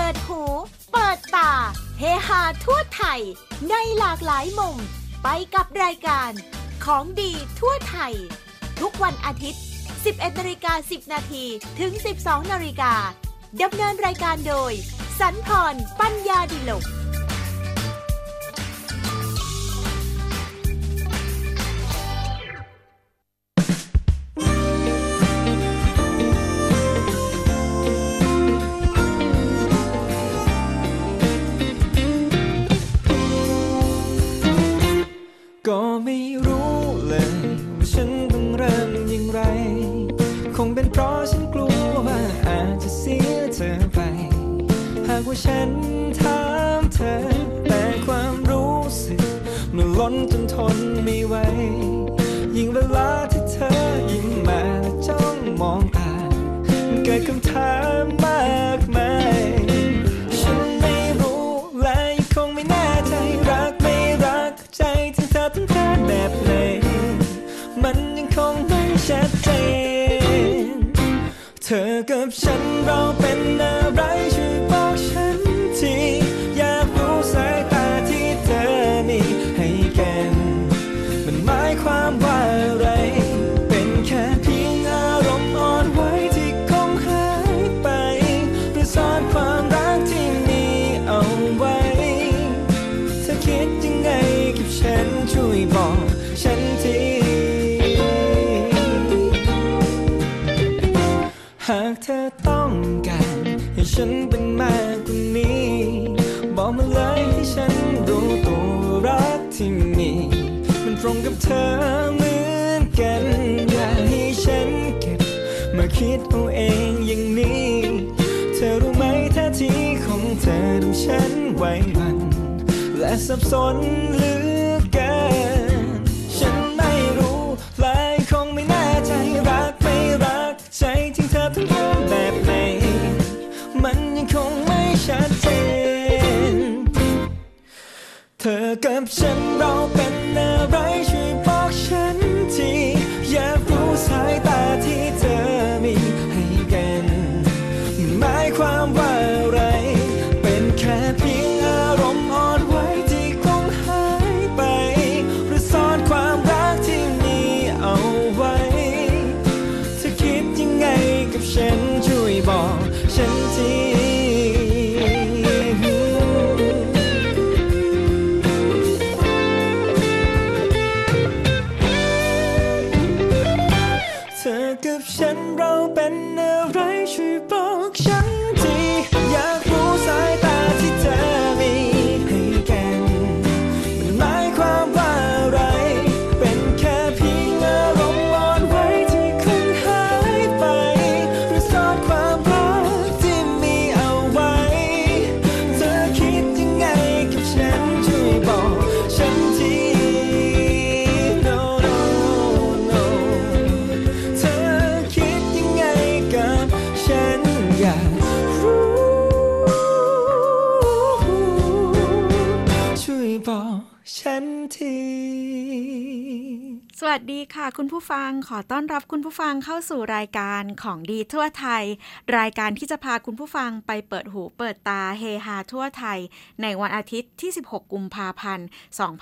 ดหูเปิดตาเฮฮาทั่วไทยในหลากหลายมุมไปกับรายการของดีทั่วไทยทุกวันอาทิตย์ 11:10 นาทีถึง 12:00 น.ดำเนินรายการโดยสรรพร ปัญญาดิลกก็ไม่รู้เลยว่าฉันต้องเริ่มอย่างไรคงเป็นเพราะฉันกลัวว่าอาจจะเสียเธอไปหากว่าฉันถามเธอแต่ความรู้สึกมันล้นจนทนไม่ไหวยิ่งเวลาที่เธอยิ้มมาและจ้องมองตามันเกิดคำถามมากมายฉันไม่รู้และยังคงไม่แน่ใจรักไม่รักใจถึงเธอต้องการแบบไหนมันยังคงไม่ชัดเจนเธอกับฉันเราเป็นอะไรช่วยบอกฉันทีอยากรู้สายตาที่เธอมีให้กันมันหมายความว่าอะไรเป็นแค่เพียงอารมณ์อ่อนไหวที่คงหายไปหรือซ่อนความรักที่มีเอาไว้เธอคิดยังไงกับฉันช่วยบอกฉันทีหากเธอต้องการให้ฉันเป็นมากกว่านี้บอกมาเลยให้ฉันรู้ตัวรักที่มีมันตรงกับเธอเหมือนกันอย่าให้ฉันเก็บมาคิดเอาเองอย่างนี้เธอรู้ไหมท่าทีของเธอทำฉันไหวหวั่นและสับสนเหลือเกินฉันไม่รู้และคงไม่แน่ใจรักไม่รักใจที่เธอต้องการแบบไหนมันยังคงไม่ชัดเจนเธอกับฉันเราเป็นอะไรช่วยบอกฉันทีอยากรู้สายตาที่เธอมีให้กันมันหมายความว่าอะไรเป็นแค่เพียงอารมณ์อ่อนไหวที่คงหายไปหรือซ่อนความรักที่มีเอาไว้เธอคิดยังไงกับฉันช่วยบอกฉันทีเธอกับฉันเราเป็นอะไรช่วยบอกฉันทีอยากรู้สายตาที่เธอมีให้กันมันหมายความว่าอะไรเป็นแค่เพียงอารมณ์อ่อนไหวที่คงหายไปหรือซ่อนความรักที่มีเอาไว้เธอคิดยังไงกับฉันช่วยบอกฉันที No no no เธอคิดยังไงกับฉันอยากรู้ช่วยบอกฉันทีสวัสดีค่ะคุณผู้ฟังขอต้อนรับคุณผู้ฟังเข้าสู่รายการของดีทั่วไทยรายการที่จะพาคุณผู้ฟังไปเปิดหูเปิดตาเฮฮาทั่วไทยในวันอาทิตย์ที่16กุมภาพันธ์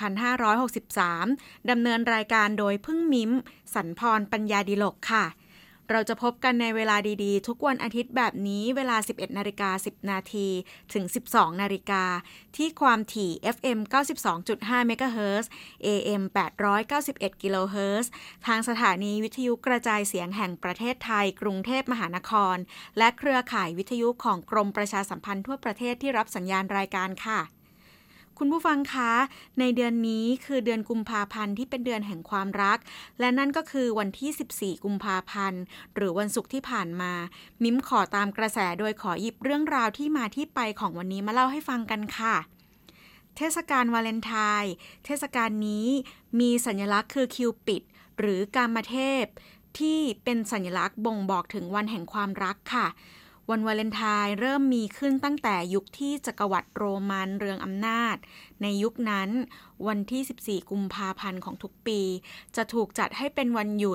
2563ดำเนินรายการโดยพึ่งมิ้มสรรพรปัญญาดิลกค่ะเราจะพบกันในเวลาดีๆทุกวันอาทิตย์แบบนี้เวลา 11:10 นาทีถึง 12:00 น.ที่ความถี่ FM 92.5 เมกะเฮิรตซ์ AM 891 กิโลเฮิรตซ์ทางสถานีวิทยุกระจายเสียงแห่งประเทศไทยกรุงเทพมหานครและเครือข่ายวิทยุของกรมประชาสัมพันธ์ทั่วประเทศที่รับสัญญาณรายการค่ะคุณผู้ฟังคะในเดือนนี้คือเดือนกุมภาพันธ์ที่เป็นเดือนแห่งความรักและนั่นก็คือวันที่14กุมภาพันธ์หรือวันศุกร์ที่ผ่านมามิ้มขอตามกระแสโดยขอหยิบเรื่องราวที่มาที่ไปของวันนี้มาเล่าให้ฟังกันค่ะเทศกาลวาเลนไทน์เทศกาลนี้มีสัญลักษณ์คือคิวปิดหรือกามเทพที่เป็นสัญลักษณ์บ่งบอกถึงวันแห่งความรักค่ะ วันวาเลนไทน์เริ่มมีขึ้นตั้งแต่ยุคที่จักรวรรดิโรมันเรืองอำนาจในยุคนั้นวันที่14กุมภาพันธ์ของทุกปีจะถูกจัดให้เป็นวันหยุด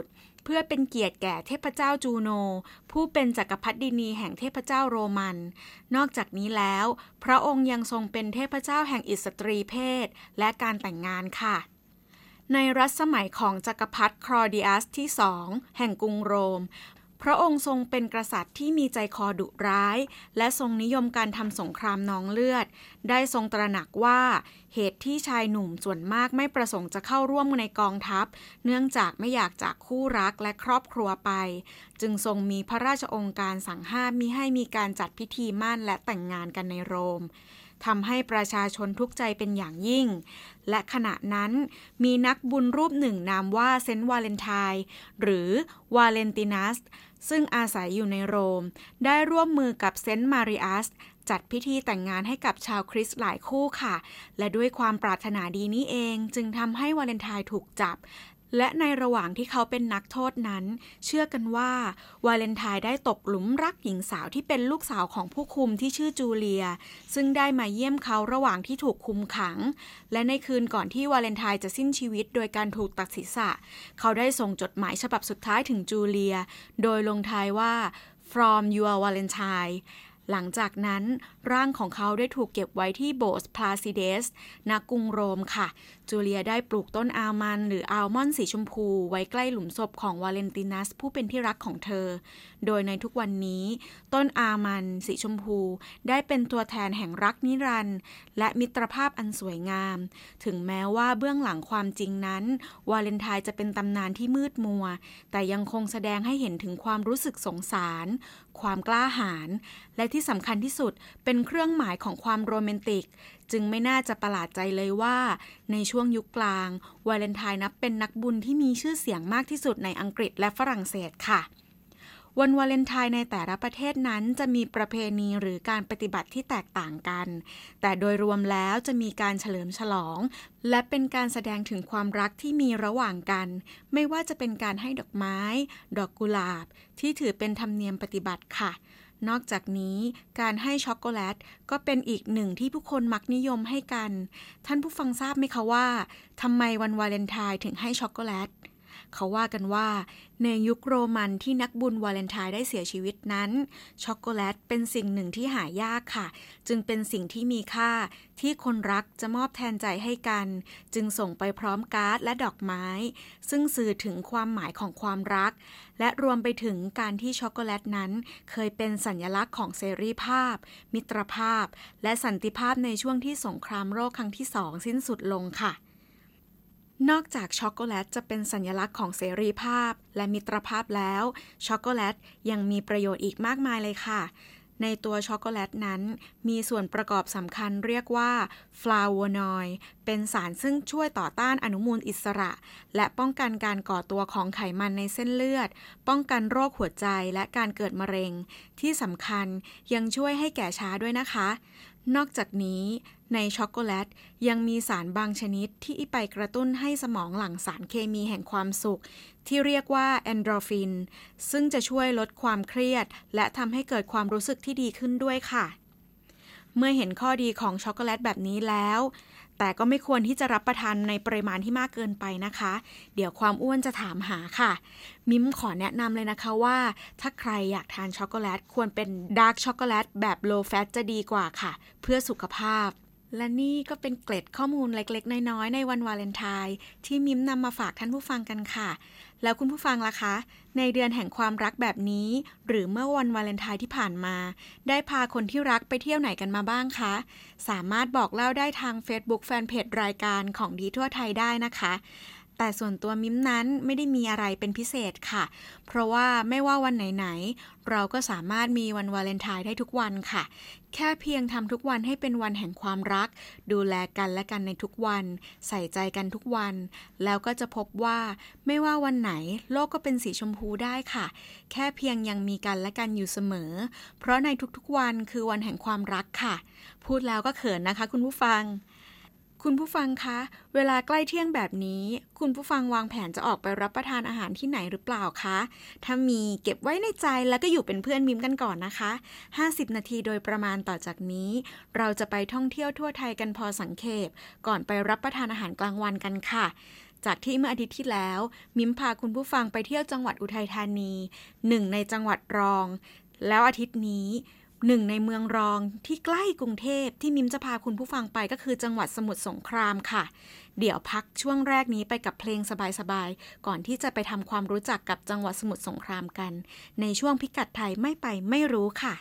เพื่อเป็นเกียรติแก่เทพเจ้าจูโนผู้เป็นจักรพรรดินีแห่งเทพเจ้าโรมัน นอกจากนี้แล้วพระองค์ยังทรงเป็นเทพเจ้าแห่งอิสตรีเพศและการแต่งงานค่ะในรัชสมัยของจักรพรรดิคลอเดียัสที่2แห่งกรุงโรมพระองค์ทรงเป็นกษัตริย์ที่มีใจคอดุร้ายและทรงนิยมการทำสงครามนองเลือดได้ทรงตระหนักว่าเหตุที่ชายหนุ่มส่วนมากไม่ประสงค์จะเข้าร่วมในกองทัพเนื่องจากไม่อยากจากคู่รักและครอบครัวไปจึงทรงมีพระราชโองการสั่งห้ามมิให้มีการจัดพิธีหมั้นและแต่งงานกันในโรมทำให้ประชาชนทุกข์ใจเป็นอย่างยิ่งและขณะนั้นมีนักบุญรูปหนึ่งนามว่าเซนต์วาเลนไทน์หรือวาเลนตินัสซึ่งอาศัยอยู่ในโรมได้ร่วมมือกับเซนต์มาริอัสจัดพิธีแต่งงานให้กับชาวคริสต์หลายคู่ค่ะและด้วยความปรารถนาดีนี้เองจึงทำให้วาเลนไทน์ถูกจับและในระหว่างที่เขาเป็นนักโทษนั้นเชื่อกันว่าวาเลนไทน์ได้ตกหลุมรักหญิงสาวที่เป็นลูกสาวของผู้คุมที่ชื่อจูเลียซึ่งได้มาเยี่ยมเขาระหว่างที่ถูกคุมขังและในคืนก่อนที่วาเลนไทน์จะสิ้นชีวิตโดยการถูกตัดศีรษะเขาได้ส่งจดหมายฉบับสุดท้ายถึงจูเลียโดยลงท้ายว่า from your Valentineหลังจากนั้นร่างของเขาได้ถูกเก็บไว้ที่โบสถ์พลาซิเดสณกรุงโรมค่ะจูเลียได้ปลูกต้นอัลมอนด์หรืออัลมอนด์สีชมพูไว้ใกล้หลุมศพของวาเลนตินัสผู้เป็นที่รักของเธอโดยในทุกวันนี้ต้นอัลมอนด์สีชมพูได้เป็นตัวแทนแห่งรักนิรันดร์และมิตรภาพอันสวยงามถึงแม้ว่าเบื้องหลังความจริงนั้นวาเลนไทน์จะเป็นตำนานที่มืดมัวแต่ยังคงแสดงให้เห็นถึงความรู้สึกสงสารความกล้าหาญและที่สำคัญที่สุดเป็นเครื่องหมายของความโรแมนติกจึงไม่น่าจะประหลาดใจเลยว่าในช่วงยุคกลางวาเลนไทน์นับเป็นนักบุญที่มีชื่อเสียงมากที่สุดในอังกฤษและฝรั่งเศสค่ะวันวาเลนไทน์ในแต่ละประเทศนั้นจะมีประเพณีหรือการปฏิบัติที่แตกต่างกันแต่โดยรวมแล้วจะมีการเฉลิมฉลองและเป็นการแสดงถึงความรักที่มีระหว่างกันไม่ว่าจะเป็นการให้ดอกไม้ดอกกุหลาบที่ถือเป็นธรรมเนียมปฏิบัติค่ะนอกจากนี้การให้ช็อกโกแลตก็เป็นอีกหนึ่งที่ผู้คนมักนิยมให้กันท่านผู้ฟังทราบไหมคะว่าทำไมวันวาเลนไทน์ถึงให้ช็อกโกแลตเขาว่ากันว่าในยุคโรมันที่นักบุญวาเลนไทน์ได้เสียชีวิตนั้นช็อกโกแลตเป็นสิ่งหนึ่งที่หายากค่ะจึงเป็นสิ่งที่มีค่าที่คนรักจะมอบแทนใจให้กันจึงส่งไปพร้อมการ์ดและดอกไม้ซึ่งสื่อถึงความหมายของความรักและรวมไปถึงการที่ช็อกโกแลตนั้นเคยเป็นสัญลักษณ์ของเสรีภาพมิตรภาพและสันติภาพในช่วงที่สงครามโลกครั้งที่2สิ้นสุดลงค่ะนอกจากช็อกโกแลตจะเป็นสัญลักษณ์ของเสรีภาพและมิตรภาพแล้วช็อกโกแลตยังมีประโยชน์อีกมากมายเลยค่ะในตัวช็อกโกแลตนั้นมีส่วนประกอบสำคัญเรียกว่าฟลาโวนอยด์เป็นสารซึ่งช่วยต่อต้านอนุมูลอิสระและป้องกันการก่อตัวของไขมันในเส้นเลือดป้องกันโรคหัวใจและการเกิดมะเร็งที่สำคัญยังช่วยให้แก่ช้าด้วยนะคะนอกจากนี้ในช็อกโกแลตยังมีสารบางชนิดที่ไปกระตุ้นให้สมองหลั่งสารเคมีแห่งความสุขที่เรียกว่าแอนโดรฟินซึ่งจะช่วยลดความเครียดและทำให้เกิดความรู้สึกที่ดีขึ้นด้วยค่ะเมื่อเห็นข้อดีของช็อกโกแลตแบบนี้แล้วแต่ก็ไม่ควรที่จะรับประทานในปริมาณที่มากเกินไปนะคะเดี๋ยวความอ้วนจะถามหาค่ะมิมขอแนะนำเลยนะคะว่าถ้าใครอยากทานช็อกโกแลตควรเป็นดาร์กช็อกโกแลตแบบ low fat จะดีกว่าค่ะเพื่อสุขภาพและนี่ก็เป็นเกร็ดข้อมูลเล็กๆน้อยๆในวันวาเลนไทน์ที่มิมนำมาฝากท่านผู้ฟังกันค่ะแล้วคุณผู้ฟังล่ะคะในเดือนแห่งความรักแบบนี้หรือเมื่อวันวาเลนไทน์ที่ผ่านมาได้พาคนที่รักไปเที่ยวไหนกันมาบ้างคะสามารถบอกเล่าได้ทาง Facebook Fanpage รายการของดีทั่วไทยได้นะคะแต่ส่วนตัวมิมนั้นไม่ได้มีอะไรเป็นพิเศษค่ะเพราะว่าไม่ว่าวันไหนๆเราก็สามารถมีวันวาเลนไทน์ได้ทุกวันค่ะแค่เพียงทำทุกวันให้เป็นวันแห่งความรักดูแลกันและกันในทุกวันใส่ใจกันทุกวันแล้วก็จะพบว่าไม่ว่าวันไหนโลกก็เป็นสีชมพูได้ค่ะแค่เพียงยังมีกันและกันอยู่เสมอเพราะในทุกๆวันคือวันแห่งความรักค่ะพูดแล้วก็เขินนะคะคุณผู้ฟังคะเวลาใกล้เที่ยงแบบนี้คุณผู้ฟังวางแผนจะออกไปรับประทานอาหารที่ไหนหรือเปล่าคะถ้ามีเก็บไว้ในใจแล้วก็อยู่เป็นเพื่อนมิมกันก่อนนะคะ50นาทีโดยประมาณต่อจากนี้เราจะไปท่องเที่ยวทั่วไทยกันพอสังเขปก่อนไปรับประทานอาหารกลางวันกันค่ะจากที่เมื่ออาทิตย์ที่แล้วมิ้มพาคุณผู้ฟังไปเที่ยวจังหวัดอุทัยธานีหนึ่งในจังหวัดรองแล้วอาทิตย์นี้หนึ่งในเมืองรองที่ใกล้กรุงเทพที่มิ้มจะพาคุณผู้ฟังไปก็คือจังหวัดสมุทรสงครามค่ะเดี๋ยวพักช่วงแรกนี้ไปกับเพลงสบายๆก่อนที่จะไปทำความรู้จักกับจังหวัดสมุทรสงครามกันในช่วงพิกัดไทยไม่ไปไม่รู้ค่ะ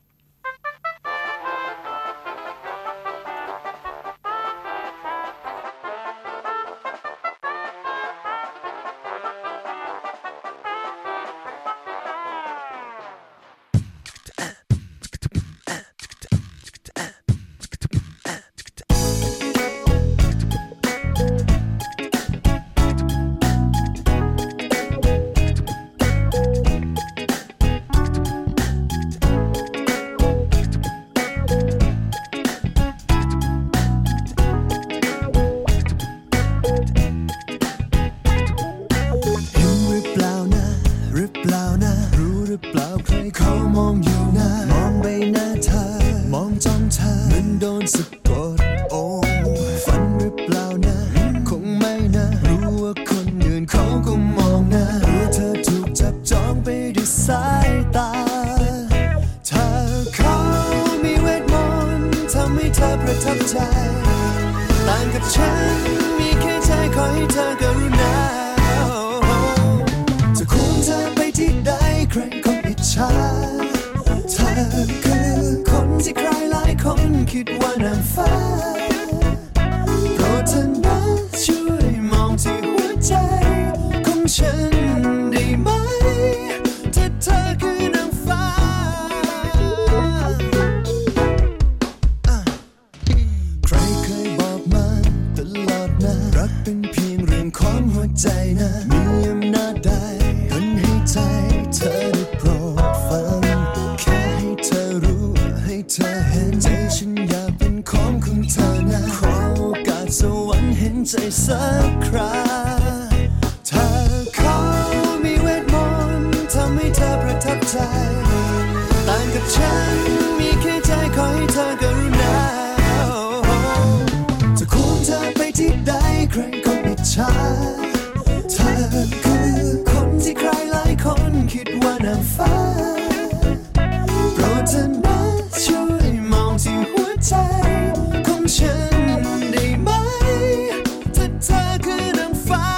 ต่างกับฉันมีแค่ใจขอให้เธอกรุณาจะควงเธอไปที่ใดใครคงอิจฉาเธอคือคนที่ใครหลายคนคิดว่านางฟ้าโปรดเธอนะช่วยมองที่หัวใจของฉันได้ไหมถ้าเธอคือนางฟ้าเป็นเพียงเรื่องของหัวใจนะมีอำนาจใดกันให้ใจเธอได้โปรดฟังแค่ให้เธอรู้ให้เธอเห็นใจฉันอยากเป็นของของเธอนะขอโอกาสสวรรค์เห็นใจสักคราถ้าเขามีเวทมนต์ทำให้เธอประทับใจต่างกับฉันมีแค่ใจขอให้เธอกรุณาจะควงเธอไปที่ใดใครคงอิจฉาเธอคือคนที่ใครหลายคนคิดว่านางฟ้าโปรดเธอนะช่วยมองที่หัวใจของฉันได้ไหมถ้าเธอคือนางฟ้า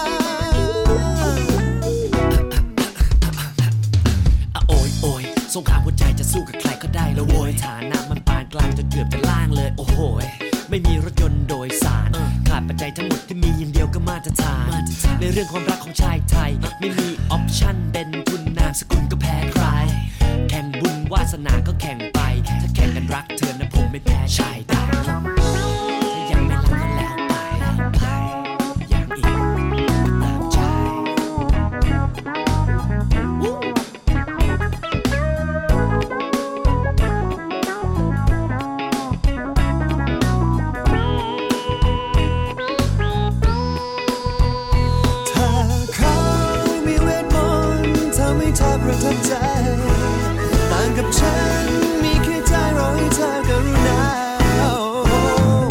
โอยโอยสงครามหัวใจจะสู้กับใครก็ได้แล้วโวยฐานะมันปานกลางจนเกือบจะล่างเลยโอ้โหไม่มีรถยนต์โดยสารขาดปัจจัยทั้งหมดที่มีอย่างเดียวก็มาตรฐานในเรื่องความรักของชายไทยไม่มีออปชั่นเป็นทุนนามสกุลก็แพ้ใครแข่งบุญวาสนาก็แข่งไปถ้าแข่งกันรักเธอนะผมไม่แพ้ชายใดถ้ายังไม่รักก็แล้วไปอย่างอีกก็ตามใจประทับใจต่างกับฉันมีแค่ใจรอให้เธอกรุณา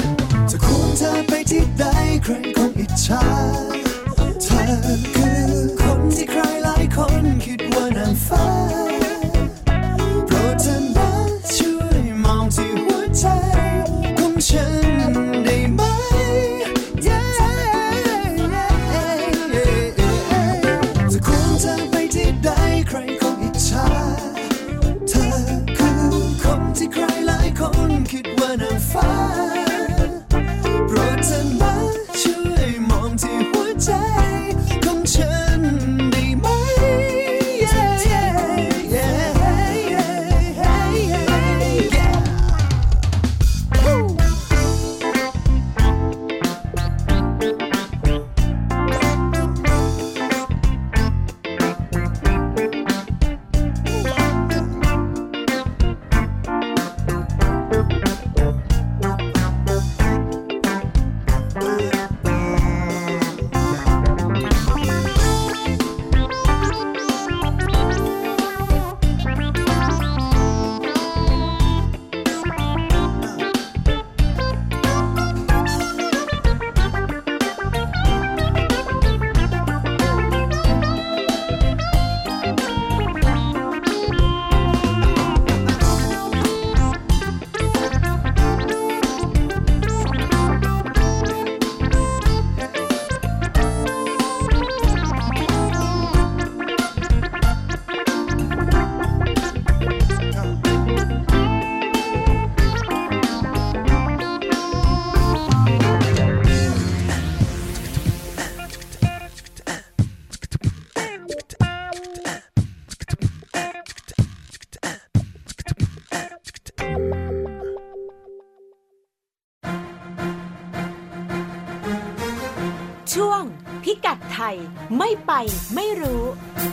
ยไม่ไปไม่รู้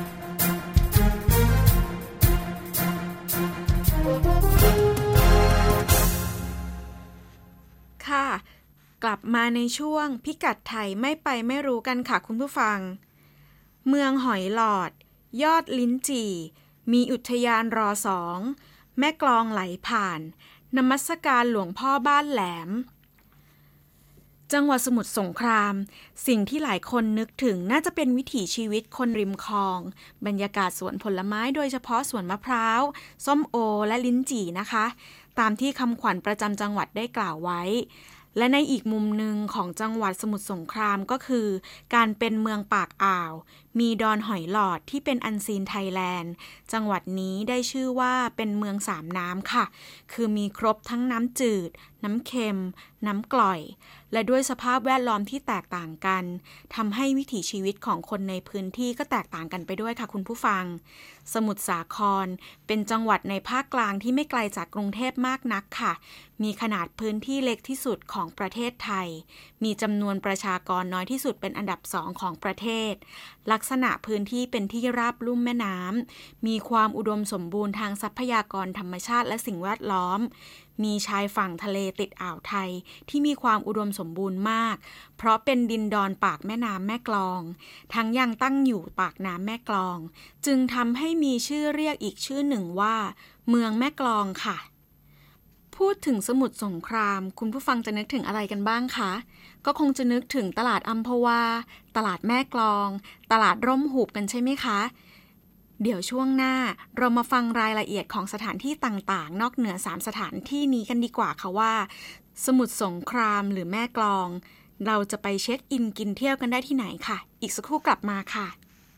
ค่ะกลับมาในช่วงพิกัดไทยไม่ไปไม่รู้กันค่ะคุณผู้ฟังเมืองหอยหลอดยอดลิ้นจี่มีอุทยานร.2 แม่กลองไหลผ่านนมัสการหลวงพ่อบ้านแหลมจังหวัดสมุทรสงครามสิ่งที่หลายคนนึกถึงน่าจะเป็นวิถีชีวิตคนริมคลองบรรยากาศสวนผลไม้โดยเฉพาะสวนมะพร้าวส้มโอและลิ้นจี่นะคะตามที่คำขวัญประจำจังหวัดได้กล่าวไว้และในอีกมุมหนึ่งของจังหวัดสมุทรสงครามก็คือการเป็นเมืองปากอ่าวมีดอนหอยหลอดที่เป็นอันซีนไทยแลนด์จังหวัดนี้ได้ชื่อว่าเป็นเมืองสามน้ำค่ะคือมีครบทั้งน้ำจืดน้ำเค็มน้ำกร่อยและด้วยสภาพแวดล้อมที่แตกต่างกันทำให้วิถีชีวิตของคนในพื้นที่ก็แตกต่างกันไปด้วยค่ะคุณผู้ฟังสมุทรสาครเป็นจังหวัดในภาคกลางที่ไม่ไกลจากกรุงเทพมากนักค่ะมีขนาดพื้นที่เล็กที่สุดของประเทศไทยมีจำนวนประชากรน้อยที่สุดเป็นอันดับ2ของประเทศลักษณะพื้นที่เป็นที่ราบลุ่มแม่น้ำมีความอุดมสมบูรณ์ทางทรัพยากรธรรมชาติและสิ่งแวดล้อมมีชายฝั่งทะเลติดอ่าวไทยที่มีความอุดมสมบูรณ์มากเพราะเป็นดินดอนปากแม่น้ำแม่กลองทั้งยังตั้งอยู่ปากน้ำแม่กลองจึงทำให้มีชื่อเรียกอีกชื่อหนึ่งว่าเมืองแม่กลองค่ะพูดถึงสมุทรสงครามคุณผู้ฟังจะนึกถึงอะไรกันบ้างคะก็คงจะนึกถึงตลาดอัมพวาตลาดแม่กลองตลาดร่มหูบกันใช่ไหมคะเดี๋ยวช่วงหน้าเรามาฟังรายละเอียดของสถานที่ต่างๆนอกเหนือ3สถานที่นี้กันดีกว่าค่ะว่าสมุทรสงครามหรือแม่กลองเราจะไปเช็คอินกินเที่ยวกันได้ที่ไหนค่ะอีกสักครู่กลับมาค่ะ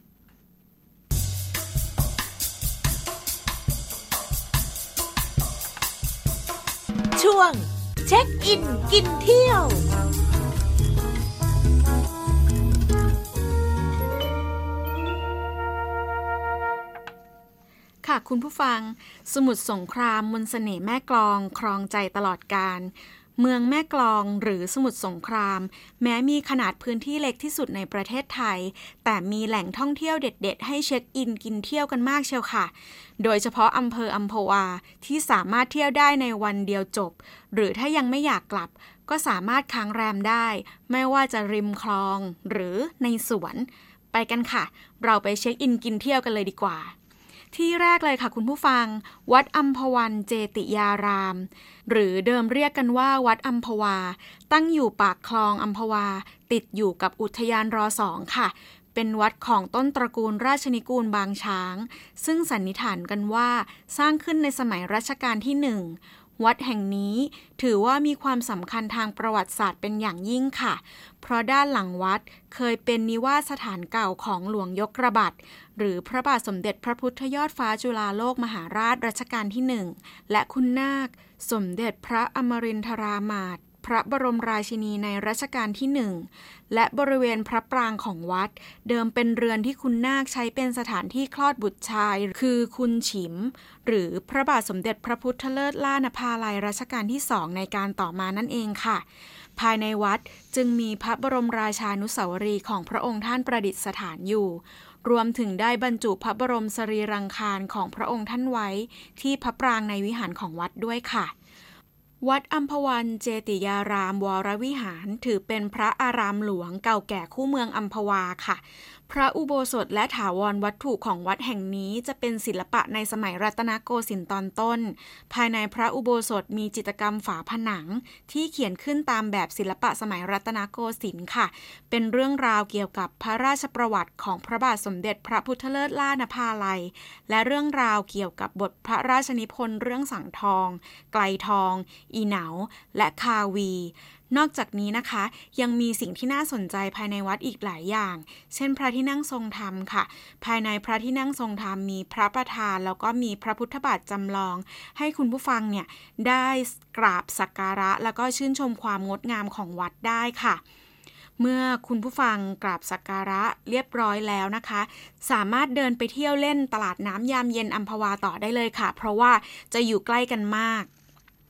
ช่วงเช็คอินกินเที่ยวค่ะคุณผู้ฟังสมุทรสงครามมนต์เสน่ห์แม่กลองครองใจตลอดกาลเมืองแม่กลองหรือสมุทรสงครามแม้มีขนาดพื้นที่เล็กที่สุดในประเทศไทยแต่มีแหล่งท่องเที่ยวเด็ดๆให้เช็คอินกินเที่ยวกันมากเชียวค่ะโดยเฉพาะอำเภออัมพวาที่สามารถเที่ยวได้ในวันเดียวจบหรือถ้ายังไม่อยากกลับก็สามารถค้างแรมได้ไม่ว่าจะริมคลองหรือในสวนไปกันค่ะเราไปเช็คอินกินเที่ยวกันเลยดีกว่าที่แรกเลยค่ะคุณผู้ฟังวัดอัมพวันเจติยารามหรือเดิมเรียกกันว่าวัดอัมพวาตั้งอยู่ปากคลองอัมพวาติดอยู่กับอุทยานร.2 ค่ะเป็นวัดของต้นตระกูลราชนิกูลบางช้างซึ่งสันนิษฐานกันว่าสร้างขึ้นในสมัยรัชกาลที่1วัดแห่งนี้ถือว่ามีความสำคัญทางประวัติศาสตร์เป็นอย่างยิ่งค่ะเพราะด้านหลังวัดเคยเป็นนิวาสสถานเก่าของหลวงยกระบัดหรือพระบาทสมเด็จพระพุทธยอดฟ้าจุฬาโลกมหาราชรัชกาลที่1และคุณนาคสมเด็จพระอมรินทรามาศพระบรมราชินีในรัชกาลที่1และบริเวณพระปรางของวัดเดิมเป็นเรือนที่คุณนาคใช้เป็นสถานที่คลอดบุตรชายคือคุณฉิมหรือพระบาทสมเด็จพระพุทธเลิศล่านภาลัยรัชกาลที่2ในการต่อมานั่นเองค่ะภายในวัดจึงมีพระบรมราชานุสาวรีย์ของพระองค์ท่านประดิษฐานอยู่รวมถึงได้บรรจุพระบรมสรีรังคารของพระองค์ท่านไว้ที่พระปรางในวิหารของวัดด้วยค่ะวัดอัมพวันเจติยารามวรวิหารถือเป็นพระอารามหลวงเก่าแก่คู่เมืองอัมพวาค่ะพระอุโบสถและถาวรวัตถุของวัดแห่งนี้จะเป็นศิลปะในสมัยรัตนโกสินทร์ตอนต้นภายในพระอุโบสถมีจิตรกรรมฝาผนังที่เขียนขึ้นตามแบบศิลปะสมัยรัตนโกสินทร์ค่ะเป็นเรื่องราวเกี่ยวกับพระราชประวัติของพระบาทสมเด็จพระพุทธเลิศล่านภาลัยและเรื่องราวเกี่ยวกับบทพระราชนิพนธ์เรื่องสังทองไกลทองอีเหนาและคาวีนอกจากนี้นะคะยังมีสิ่งที่น่าสนใจภายในวัดอีกหลายอย่างเช่นพระที่นั่งทรงธรรมค่ะภายในพระที่นั่งทรงธรรมมีพระประธานแล้วก็มีพระพุทธบาทจำลองให้คุณผู้ฟังเนี่ยได้กราบสักการะแล้วก็ชื่นชมความงดงามของวัดได้ค่ะเมื่อคุณผู้ฟังกราบสักการะเรียบร้อยแล้วนะคะสามารถเดินไปเที่ยวเล่นตลาดน้ำยามเย็นอัมพวาต่อได้เลยค่ะเพราะว่าจะอยู่ใกล้กันมาก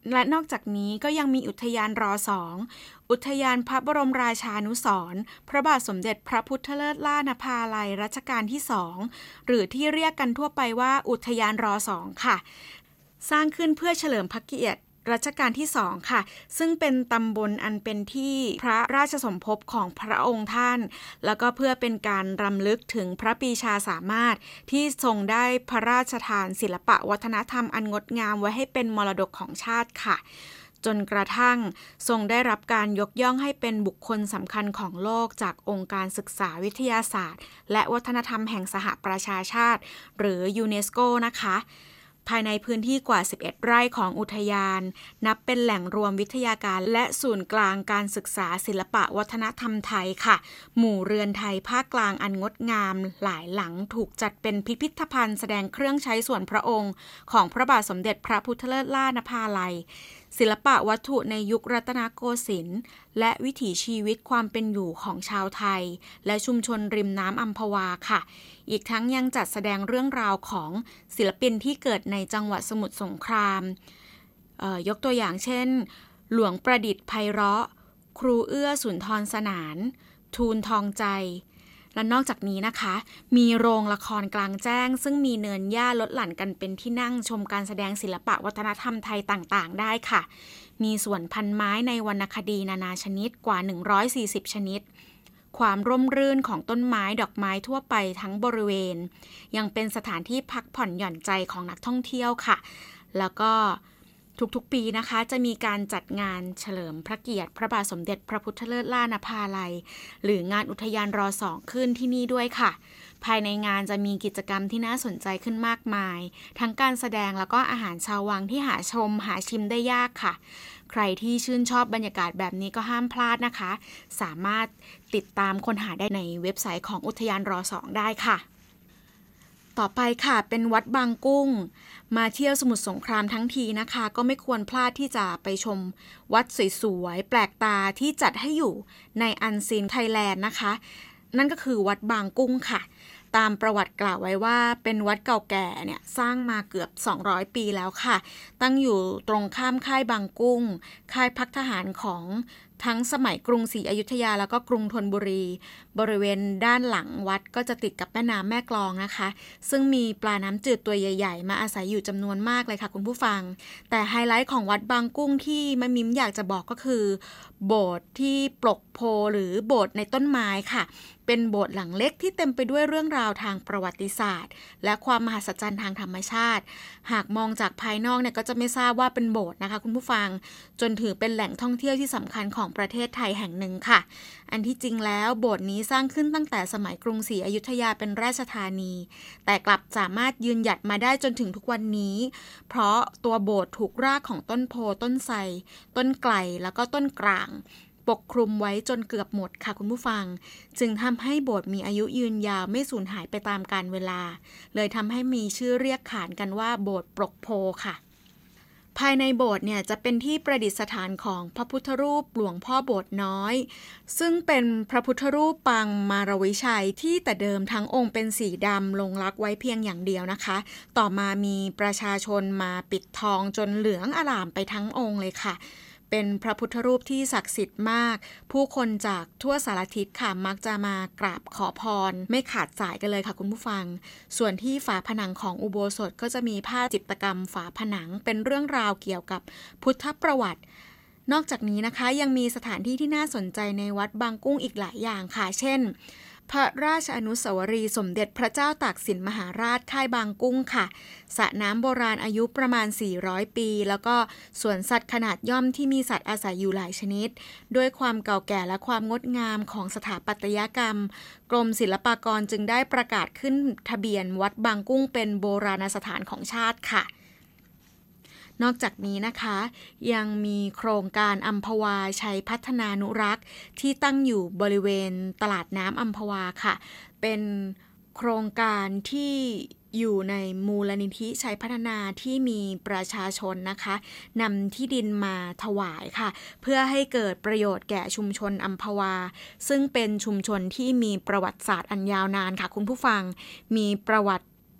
และนอกจากนี้ก็ยังมีอุทยานร.2 อุทยานพระบรมราชานุสรณ์พระบาทสมเด็จพระพุทธเลิศล่านภาลัยรัชกาลที่2หรือที่เรียกกันทั่วไปว่าอุทยานร.2 ค่ะสร้างขึ้นเพื่อเฉลิมพระเกียรติรัชกาลที่2ค่ะซึ่งเป็นตำบลอันเป็นที่พระราชสมภพของพระองค์ท่านแล้วก็เพื่อเป็นการรำลึกถึงพระปรีชาสามารถที่ทรงได้พระราชทานศิลปะวัฒนธรรมอันงดงามไว้ให้เป็นมรดกของชาติค่ะจนกระทั่งทรงได้รับการยกย่องให้เป็นบุคคลสำคัญของโลกจากองค์การศึกษาวิทยาศาสตร์และวัฒนธรรมแห่งสหประชาชาติหรือยูเนสโกนะคะภายในพื้นที่กว่า11ไร่ของอุทยานนับเป็นแหล่งรวมวิทยาการและศูนย์กลางการศึกษาศิลปะวัฒนธรรมไทยค่ะหมู่เรือนไทยภาคกลางอันงดงามหลายหลังถูกจัดเป็นพิพิธภัณฑ์แสดงเครื่องใช้ส่วนพระองค์ของพระบาทสมเด็จพระพุทธเลิศล่านภาลัยศิลปะวัตถุในยุครัตนโกสินทร์และวิถีชีวิตความเป็นอยู่ของชาวไทยและชุมชนริมน้ำอัมพวาค่ะอีกทั้งยังจัดแสดงเรื่องราวของศิลปินที่เกิดในจังหวัดสมุทรสงครามยกตัวอย่างเช่นหลวงประดิษฐ์ไพเราะครูเอื้อสุนทรสนานทูลทองใจและนอกจากนี้นะคะมีโรงละครกลางแจ้งซึ่งมีเนินหญ้าลดหลั่นกันเป็นที่นั่งชมการแสดงศิลปะวัฒนธรรมไทยต่างๆได้ค่ะมีสวนพันไม้ในวรรณคดีนานาชนิดกว่า140ชนิดความร่มรื่นของต้นไม้ดอกไม้ทั่วไปทั้งบริเวณยังเป็นสถานที่พักผ่อนหย่อนใจของนักท่องเที่ยวค่ะแล้วก็ทุกๆปีนะคะจะมีการจัดงานเฉลิมพระเกียรติพระบาทสมเด็จพระพุทธเลิศล่านภาลัยหรืองานอุทยานร.2 ขึ้นที่นี่ด้วยค่ะภายในงานจะมีกิจกรรมที่น่าสนใจขึ้นมากมายทั้งการแสดงแล้วก็อาหารชาววังที่หาชิมได้ยากค่ะใครที่ชื่นชอบบรรยากาศแบบนี้ก็ห้ามพลาดนะคะสามารถติดตามค้นหาได้ในเว็บไซต์ของอุทยานร.2 ได้ค่ะต่อไปค่ะเป็นวัดบางกุ้งมาเที่ยวสมุทรสงครามทั้งทีนะคะก็ไม่ควรพลาดที่จะไปชมวัดสวยๆแปลกตาที่จัดให้อยู่ในอันซีนไทยแลนด์นะคะนั่นก็คือวัดบางกุ้งค่ะตามประวัติกล่าวไว้ว่าเป็นวัดเก่าแก่เนี่ยสร้างมาเกือบ200ปีแล้วค่ะตั้งอยู่ตรงข้ามค่ายบางกุ้งค่ายพักทหารของทั้งสมัยกรุงศรีอยุธยาแล้วก็กรุงธนบุรีบริเวณด้านหลังวัดก็จะติดกับแม่น้ำแม่กลองนะคะซึ่งมีปลาน้ำจืดตัวใหญ่ๆมาอาศัยอยู่จำนวนมากเลยค่ะคุณผู้ฟังแต่ไฮไลท์ของวัดบางกุ้งที่แม่มิ้มอยากจะบอกก็คือโบสถ์ที่ปลกโพหรือโบสถ์ในต้นไม้ค่ะเป็นโบสถ์หลังเล็กที่เต็มไปด้วยเรื่องราวทางประวัติศาสตร์และความมหัศจรรย์ทางธรรมชาติหากมองจากภายนอกเนี่ยก็จะไม่ทราบว่าเป็นโบสถ์นะคะคุณผู้ฟังจนถือเป็นแหล่งท่องเที่ยวที่สำคัญของประเทศไทยแห่งหนึ่งค่ะอันที่จริงแล้วโบสถ์นี้สร้างขึ้นตั้งแต่สมัยกรุงศรีอยุธยาเป็นราชธานีแต่กลับสามารถยืนหยัดมาได้จนถึงทุกวันนี้เพราะตัวโบสถ์ถูกรากของต้นโพต้นไทรต้นไกลแล้วก็ต้นกลางปกคลุมไว้จนเกือบหมดค่ะคุณผู้ฟังจึงทำให้โบสถ์มีอายุยืนยาวไม่สูญหายไปตามกาลเวลาเลยทำให้มีชื่อเรียกขานกันว่าโบสถ์ปลกโพค่ะภายในโบสถ์เนี่ยจะเป็นที่ประดิษฐานของพระพุทธรูปหลวงพ่อโบสถ์น้อยซึ่งเป็นพระพุทธรูปปางมารวิชัยที่แต่เดิมทั้งองค์เป็นสีดำลงลักไว้เพียงอย่างเดียวนะคะต่อมามีประชาชนมาปิดทองจนเหลืองอร่ามไปทั้งองค์เลยค่ะเป็นพระพุทธรูปที่ศักดิ์สิทธิ์มากผู้คนจากทั่วสารทิศค่ะมักจะมากราบขอพรไม่ขาดสายกันเลยค่ะคุณผู้ฟังส่วนที่ฝาผนังของอุโบสถก็จะมีภาพจิตรกรรมฝาผนังเป็นเรื่องราวเกี่ยวกับพุทธประวัตินอกจากนี้นะคะยังมีสถานที่ที่น่าสนใจในวัดบางกุ้งอีกหลายอย่างค่ะเช่นพระราชอนุสาวรีย์สมเด็จพระเจ้าตากสินมหาราชค่ายบางกุ้งค่ะสระน้ำโบราณอายุประมาณ400ปีแล้วก็สวนสัตว์ขนาดย่อมที่มีสัตว์อาศัยอยู่หลายชนิดด้วยความเก่าแก่และความงดงามของสถาปัตยกรรมกรมศิลปากรจึงได้ประกาศขึ้นทะเบียนวัดบางกุ้งเป็นโบราณสถานของชาติค่ะนอกจากนี้นะคะยังมีโครงการอัมพวาชัยพัฒนานุรักษ์ที่ตั้งอยู่บริเวณตลาดน้ำอัมพวาค่ะเป็นโครงการที่อยู่ในมูลนิธิชัยพัฒนาที่มีประชาชนนะคะนำที่ดินมาถวายค่ะเพื่อให้เกิดประโยชน์แก่ชุมชนอัมพวาซึ่งเป็นชุมชนที่มีประวัติศาสตร์อันยาวนานค่ะคุณผู้ฟังมีประวัติ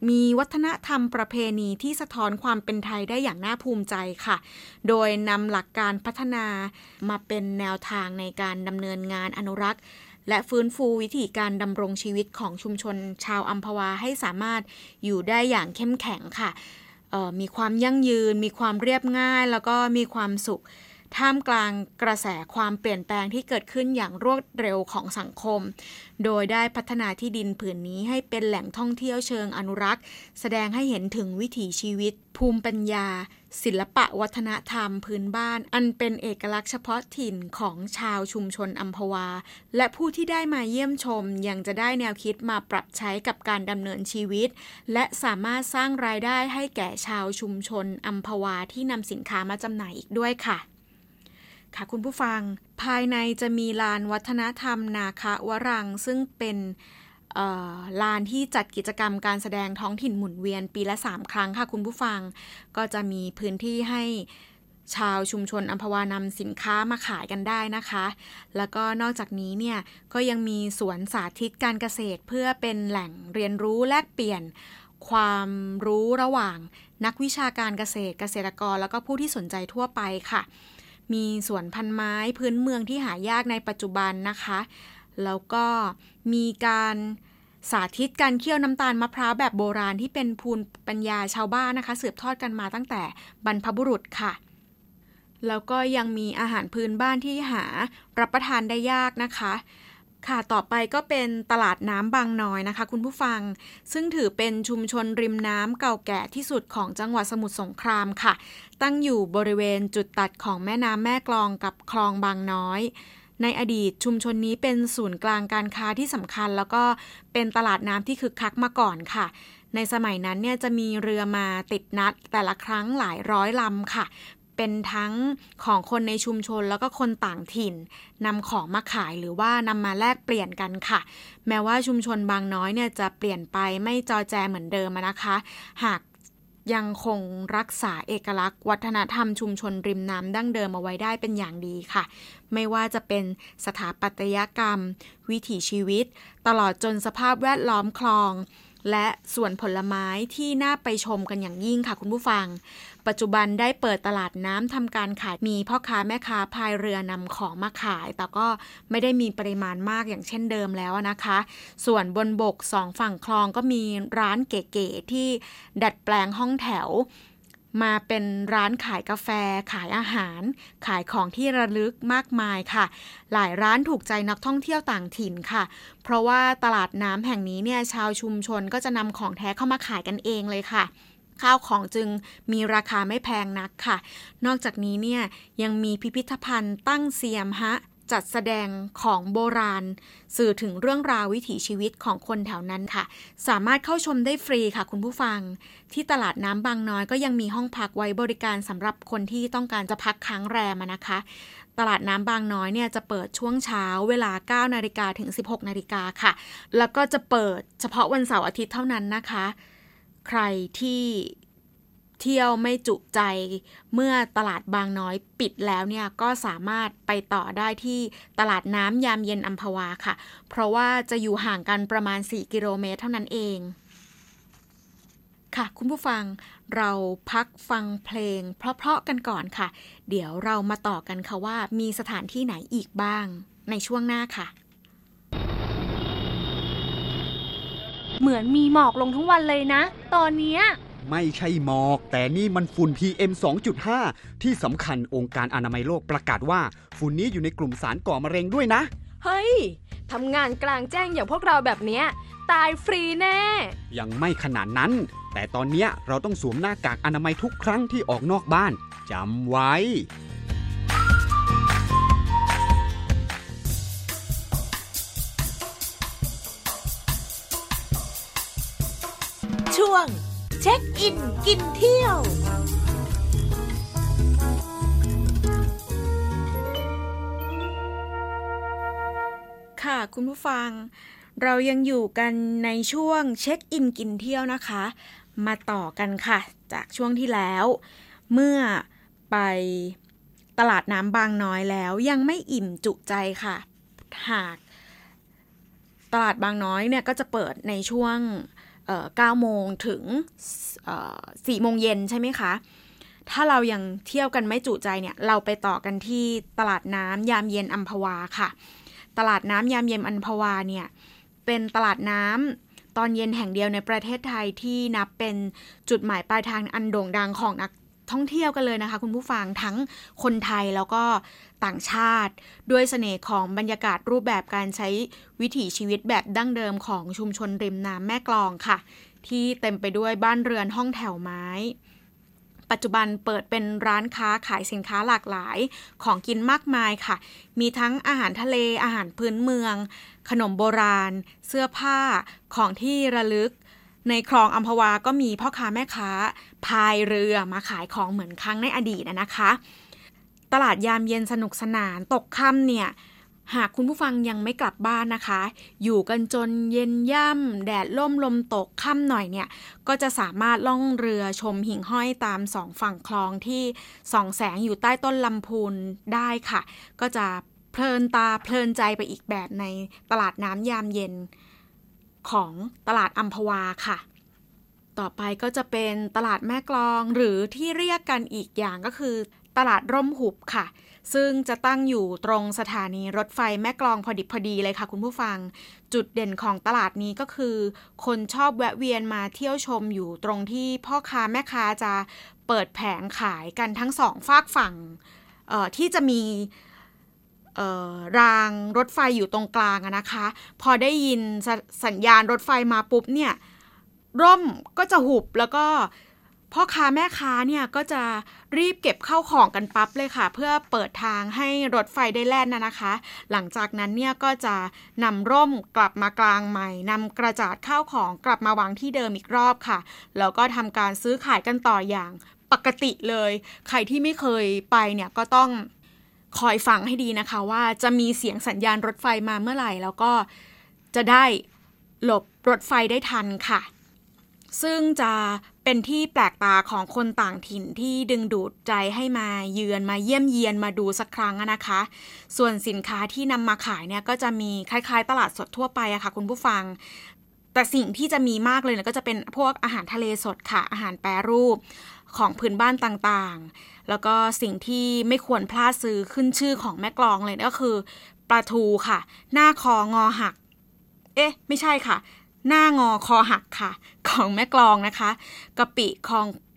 มีวัฒนธรรมประเพณีที่สะท้อนความเป็นไทยได้อย่างน่าภูมิใจค่ะโดยนำหลักการพัฒนามาเป็นแนวทางในการดำเนินงานอนุรักษ์และฟื้นฟูวิถีการดำรงชีวิตของชุมชนชาวอัมพวาให้สามารถอยู่ได้อย่างเข้มแข็งค่ะมีความยั่งยืนมีความเรียบง่ายแล้วก็มีความสุขท่ามกลางกระแสความเปลี่ยนแปลงที่เกิดขึ้นอย่างรวดเร็วของสังคมโดยได้พัฒนาที่ดินผืนนี้ให้เป็นแหล่งท่องเที่ยวเชิงอนุรักษ์แสดงให้เห็นถึงวิถีชีวิตภูมิปัญญาศิลปะวัฒนธรรมพื้นบ้านอันเป็นเอกลักษณ์เฉพาะถิ่นของชาวชุมชนอัมพวาและผู้ที่ได้มาเยี่ยมชมยังจะได้แนวคิดมาปรับใช้กับการดำเนินชีวิตและสามารถสร้างรายได้ให้แก่ชาวชุมชนอัมพวาที่นำสินค้ามาจำหน่ายอีกด้วยค่ะค่ะคุณผู้ฟังภายในจะมีลานวัฒนธรรมนาคาวรังซึ่งเป็นลานที่จัดกิจกรรมการแสดงท้องถิ่นหมุนเวียนปีละ3ครั้งค่ะคุณผู้ฟังก็จะมีพื้นที่ให้ชาวชุมชนอัมพวานำสินค้ามาขายกันได้นะคะแล้วก็นอกจากนี้เนี่ยก็ยังมีสวนสาธิตการเกษตรเพื่อเป็นแหล่งเรียนรู้แลกเปลี่ยนความรู้ระหว่างนักวิชาการเกษตรเกษตรกรแล้วก็ผู้ที่สนใจทั่วไปค่ะมีสวนพันธุ์ไม้พื้นเมืองที่หายากในปัจจุบันนะคะแล้วก็มีการสาธิตการเคี่ยวน้ำตาลมะพร้าวแบบโบราณที่เป็นภูมิปัญญาชาวบ้านนะคะสืบทอดกันมาตั้งแต่บรรพบุรุษค่ะแล้วก็ยังมีอาหารพื้นบ้านที่หารับประทานได้ยากนะคะค่ะต่อไปก็เป็นตลาดน้ำบางน้อยนะคะคุณผู้ฟังซึ่งถือเป็นชุมชนริมน้ำเก่าแก่ที่สุดของจังหวัดสมุทรสงครามค่ะตั้งอยู่บริเวณจุดตัดของแม่น้ำแม่กลองกับคลองบางน้อยในอดีตชุมชนนี้เป็นศูนย์กลางการค้าที่สำคัญแล้วก็เป็นตลาดน้ำที่คึกคักมาก่อนค่ะในสมัยนั้นเนี่ยจะมีเรือมาติดนัดแต่ละครั้งหลายร้อยลำค่ะเป็นทั้งของคนในชุมชนแล้วก็คนต่างถิ่นนำของมาขายหรือว่านำมาแลกเปลี่ยนกันค่ะแม้ว่าชุมชนบางน้อยเนี่ยจะเปลี่ยนไปไม่จอแจเหมือนเดิมนะคะหากยังคงรักษาเอกลักษณ์วัฒนธรรมชุมชนริมน้ำดั้งเดิมเอาไว้ได้เป็นอย่างดีค่ะไม่ว่าจะเป็นสถาปัตยกรรมวิถีชีวิตตลอดจนสภาพแวดล้อมคลองและสวนผลไม้ที่น่าไปชมกันอย่างยิ่งค่ะคุณผู้ฟังปัจจุบันได้เปิดตลาดน้ำทำการขายมีพ่อค้าแม่ค้าพายเรือนำของมาขายแต่ก็ไม่ได้มีปริมาณมากอย่างเช่นเดิมแล้วนะคะส่วนบนบก2ฝั่งคลองก็มีร้านเก๋ๆที่ดัดแปลงห้องแถวมาเป็นร้านขายกาแฟขายอาหารขายของที่ระลึกมากมายค่ะหลายร้านถูกใจนักท่องเที่ยวต่างถิ่นค่ะเพราะว่าตลาดน้ำแห่งนี้เนี่ยชาวชุมชนก็จะนำของแท้เข้ามาขายกันเองเลยค่ะข้าวของจึงมีราคาไม่แพงนักค่ะนอกจากนี้เนี่ยยังมีพิพิธภัณฑ์ตั้งเซียมฮะจัดแสดงของโบราณสื่อถึงเรื่องราววิถีชีวิตของคนแถวนั้นค่ะสามารถเข้าชมได้ฟรีค่ะคุณผู้ฟังที่ตลาดน้ำบางน้อยก็ยังมีห้องพักไว้บริการสำหรับคนที่ต้องการจะพักค้างแรมนะคะตลาดน้ำบางน้อยเนี่ยจะเปิดช่วงเช้าเวลา 9 นาฬิกาถึง 16 นาฬิกาค่ะแล้วก็จะเปิดเฉพาะวันเสาร์อาทิตย์เท่านั้นนะคะใครที่เที่ยวไม่จุใจเมื่อตลาดบางน้อยปิดแล้วเนี่ยก็สามารถไปต่อได้ที่ตลาดน้ำยามเย็นอัมพวาค่ะเพราะว่าจะอยู่ห่างกันประมาณ4 กิโลเมตรเท่านั้นเองค่ะคุณผู้ฟังเราพักฟังเพลงเพราะๆกันก่อนค่ะเดี๋ยวเรามาต่อกันค่ะว่ามีสถานที่ไหนอีกบ้างในช่วงหน้าค่ะเหมือนมีหมอกลงทั้งวันเลยนะตอนเนี้ยไม่ใช่หมอกแต่นี่มันฝุ่น PM 2.5 ที่สำคัญองค์การอนามัยโลกประกาศว่าฝุ่นนี้อยู่ในกลุ่มสารก่อมะเร็งด้วยนะเฮ้ยทำงานกลางแจ้งอย่างพวกเราแบบเนี้ยตายฟรีแน่ยังไม่ขนาดนั้นแต่ตอนเนี้ยเราต้องสวมหน้ากากอนามัยทุกครั้งที่ออกนอกบ้านจำไว้ช่วงเช็คอินกินเที่ยวค่ะคุณผู้ฟังเรายังอยู่กันในช่วงเช็คอินกินเที่ยวนะคะมาต่อกันค่ะจากช่วงที่แล้วเมื่อไปตลาดน้ำบางน้อยแล้วยังไม่อิ่มจุใจค่ะหากตลาดบางน้อยเนี่ยก็จะเปิดในช่วง 9 โมงถึง4 โมงเย็นใช่ไหมคะถ้าเรายังเที่ยวกันไม่จุใจเนี่ยเราไปต่อกันที่ตลาดน้ำยามเย็นอัมพวาค่ะตลาดน้ำยามเย็นอัมพวาเนี่ยเป็นตลาดน้ำตอนเย็นแห่งเดียวในประเทศไทยที่นับเป็นจุดหมายปลายทางอันโด่งดังของนักท่องเที่ยวกันเลยนะคะคุณผู้ฟังทั้งคนไทยแล้วก็ต่างชาติด้วยเสน่ห์ของบรรยากาศรูปแบบการใช้วิถีชีวิตแบบดั้งเดิมของชุมชนริมน้ำแม่กลองค่ะที่เต็มไปด้วยบ้านเรือนห้องแถวไม้ปัจจุบันเปิดเป็นร้านค้าขายสินค้าหลากหลายของกินมากมายค่ะมีทั้งอาหารทะเลอาหารพื้นเมืองขนมโบราณเสื้อผ้าของที่ระลึกในคลองอัมพวาก็มีพ่อค้าแม่ค้าพายเรือมาขายของเหมือนครั้งในอดีตนะคะตลาดยามเย็นสนุกสนานตกค่ำเนี่ยหากคุณผู้ฟังยังไม่กลับบ้านนะคะอยู่กันจนเย็นย่ำแดดล่มลมตกค่ำหน่อยเนี่ยก็จะสามารถล่องเรือชมหิ่งห้อยตามสองฝั่งคลองที่ส่องแสงอยู่ใต้ต้นลำพูนได้ค่ะก็จะเพลินตาเพลินใจไปอีกแบบในตลาดน้ำยามเย็นของตลาดอัมพวาค่ะต่อไปก็จะเป็นตลาดแม่กลองหรือที่เรียกกันอีกอย่างก็คือตลาดร่มหุบค่ะซึ่งจะตั้งอยู่ตรงสถานีรถไฟแม่กลองพอดิบพอดีเลยค่ะคุณผู้ฟังจุดเด่นของตลาดนี้ก็คือคนชอบแวะเวียนมาเที่ยวชมอยู่ตรงที่พ่อค้าแม่ค้าจะเปิดแผงขายกันทั้งสองฝากฝั่งที่จะมีรางรถไฟอยู่ตรงกลางนะคะพอได้ยินสัญญาณรถไฟมาปุ๊บเนี่ยร่มก็จะหุบแล้วก็พ่อค้าแม่ค้าเนี่ยก็จะรีบเก็บเข้าของกันปั๊บเลยค่ะเพื่อเปิดทางให้รถไฟได้แล่นนะคะหลังจากนั้นเนี่ยก็จะนำร่มกลับมากลางใหม่นำกระจาดข้าวของกลับมาวางที่เดิมอีกรอบค่ะแล้วก็ทำการซื้อขายกันต่ออย่างปกติเลยใครที่ไม่เคยไปเนี่ยก็ต้องคอยฟังให้ดีนะคะว่าจะมีเสียงสัญญาณรถไฟมาเมื่อไหร่แล้วก็จะได้หลบรถไฟได้ทันค่ะซึ่งจะเป็นที่แปลกตาของคนต่างถิ่นที่ดึงดูดใจให้มาเยือนมาเยี่ยมเยียนมาดูสักครั้งนะคะส่วนสินค้าที่นำมาขายเนี่ยก็จะมีคล้ายๆตลาดสดทั่วไปอะค่ะคุณผู้ฟังแต่สิ่งที่จะมีมากเลยเนี่ยก็จะเป็นพวกอาหารทะเลสดค่ะอาหารแปรรูปของพื้นบ้านต่างๆแล้วก็สิ่งที่ไม่ควรพลาดซื้อขึ้นชื่อของแม่กลองเลยก็คือปลาทูค่ะหน้าคองอหักไม่ใช่ค่ะหน้างอคอหักค่ะของแม่กลองนะคะกะปิคล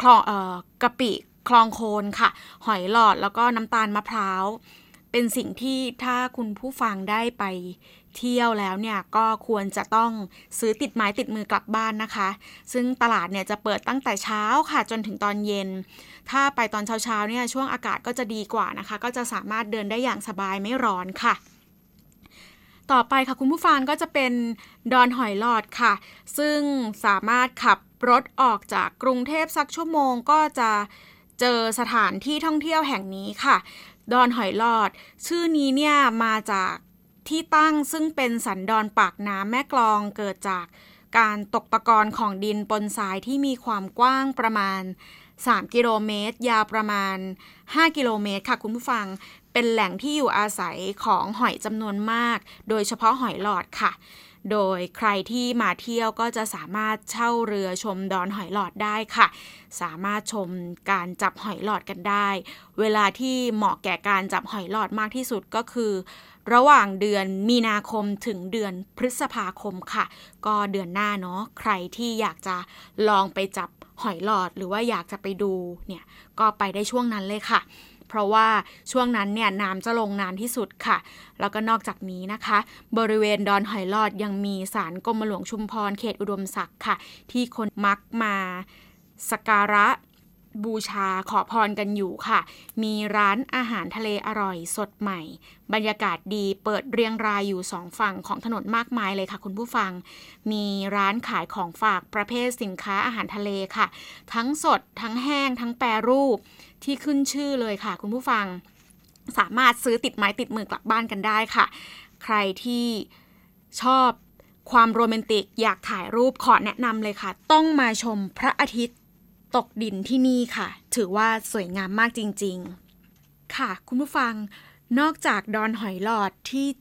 องโคนค่ะหอยหลอดแล้วก็น้ำตาลมะพร้าวเป็นสิ่งที่ถ้าคุณผู้ฟังได้ไปเที่ยวแล้วเนี่ยก็ควรจะต้องซื้อติดไม้ติดมือกลับบ้านนะคะซึ่งตลาดเนี่ยจะเปิดตั้งแต่เช้าค่ะจนถึงตอนเย็นถ้าไปตอนเช้าเนี่ยช่วงอากาศก็จะดีกว่านะคะก็จะสามารถเดินได้อย่างสบายไม่ร้อนค่ะต่อไปค่ะคุณผู้ฟังก็จะเป็นดอนหอยหลอดค่ะซึ่งสามารถขับรถออกจากกรุงเทพสักชั่วโมงก็จะเจอสถานที่ท่องเที่ยวแห่งนี้ค่ะดอนหอยหลอดชื่อนี้เนี่ยมาจากที่ตั้งซึ่งเป็นสันดอนปากน้ำแม่กลองเกิดจากการตกตะกอนของดินปนทรายที่มีความกว้างประมาณ3 กิโลเมตรยาวประมาณ5 กิโลเมตรค่ะคุณผู้ฟังเป็นแหล่งที่อยู่อาศัยของหอยจำนวนมากโดยเฉพาะหอยหลอดค่ะโดยใครที่มาเที่ยวก็จะสามารถเช่าเรือชมดอนหอยหลอดได้ค่ะสามารถชมการจับหอยหลอดกันได้เวลาที่เหมาะแก่การจับหอยหลอดมากที่สุดก็คือระหว่างเดือนมีนาคมถึงเดือนพฤษภาคมค่ะก็เดือนหน้าเนาะใครที่อยากจะลองไปจับหอยหลอดหรือว่าอยากจะไปดูเนี่ยก็ไปได้ช่วงนั้นเลยค่ะเพราะว่าช่วงนั้นเนี่ยน้ำจะลงนานที่สุดค่ะแล้วก็นอกจากนี้นะคะบริเวณดอนหอยหลอดยังมีศาลกรมหลวงชุมพรเขตอุดมศักดิ์ค่ะที่คนมักมาสักการะบูชาขอพรกันอยู่ค่ะมีร้านอาหารทะเลอร่อยสดใหม่บรรยากาศดีเปิดเรียงรายอยู่2ฝั่งของถนนมากมายเลยค่ะคุณผู้ฟังมีร้านขายของฝากประเภทสินค้าอาหารทะเลค่ะทั้งสดทั้งแห้งทั้งแปรรูปที่ขึ้นชื่อเลยค่ะคุณผู้ฟังสามารถซื้อติดไม้ติดมือกลับบ้านกันได้ค่ะใครที่ชอบความโรแมนติกอยากถ่ายรูปขอแนะนำเลยค่ะต้องมาชมพระอาทิตย์ตกดินที่นี่ค่ะถือว่าสวยงามมากจริงๆค่ะคุณผู้ฟังนอกจากดอนหอยหลอดที่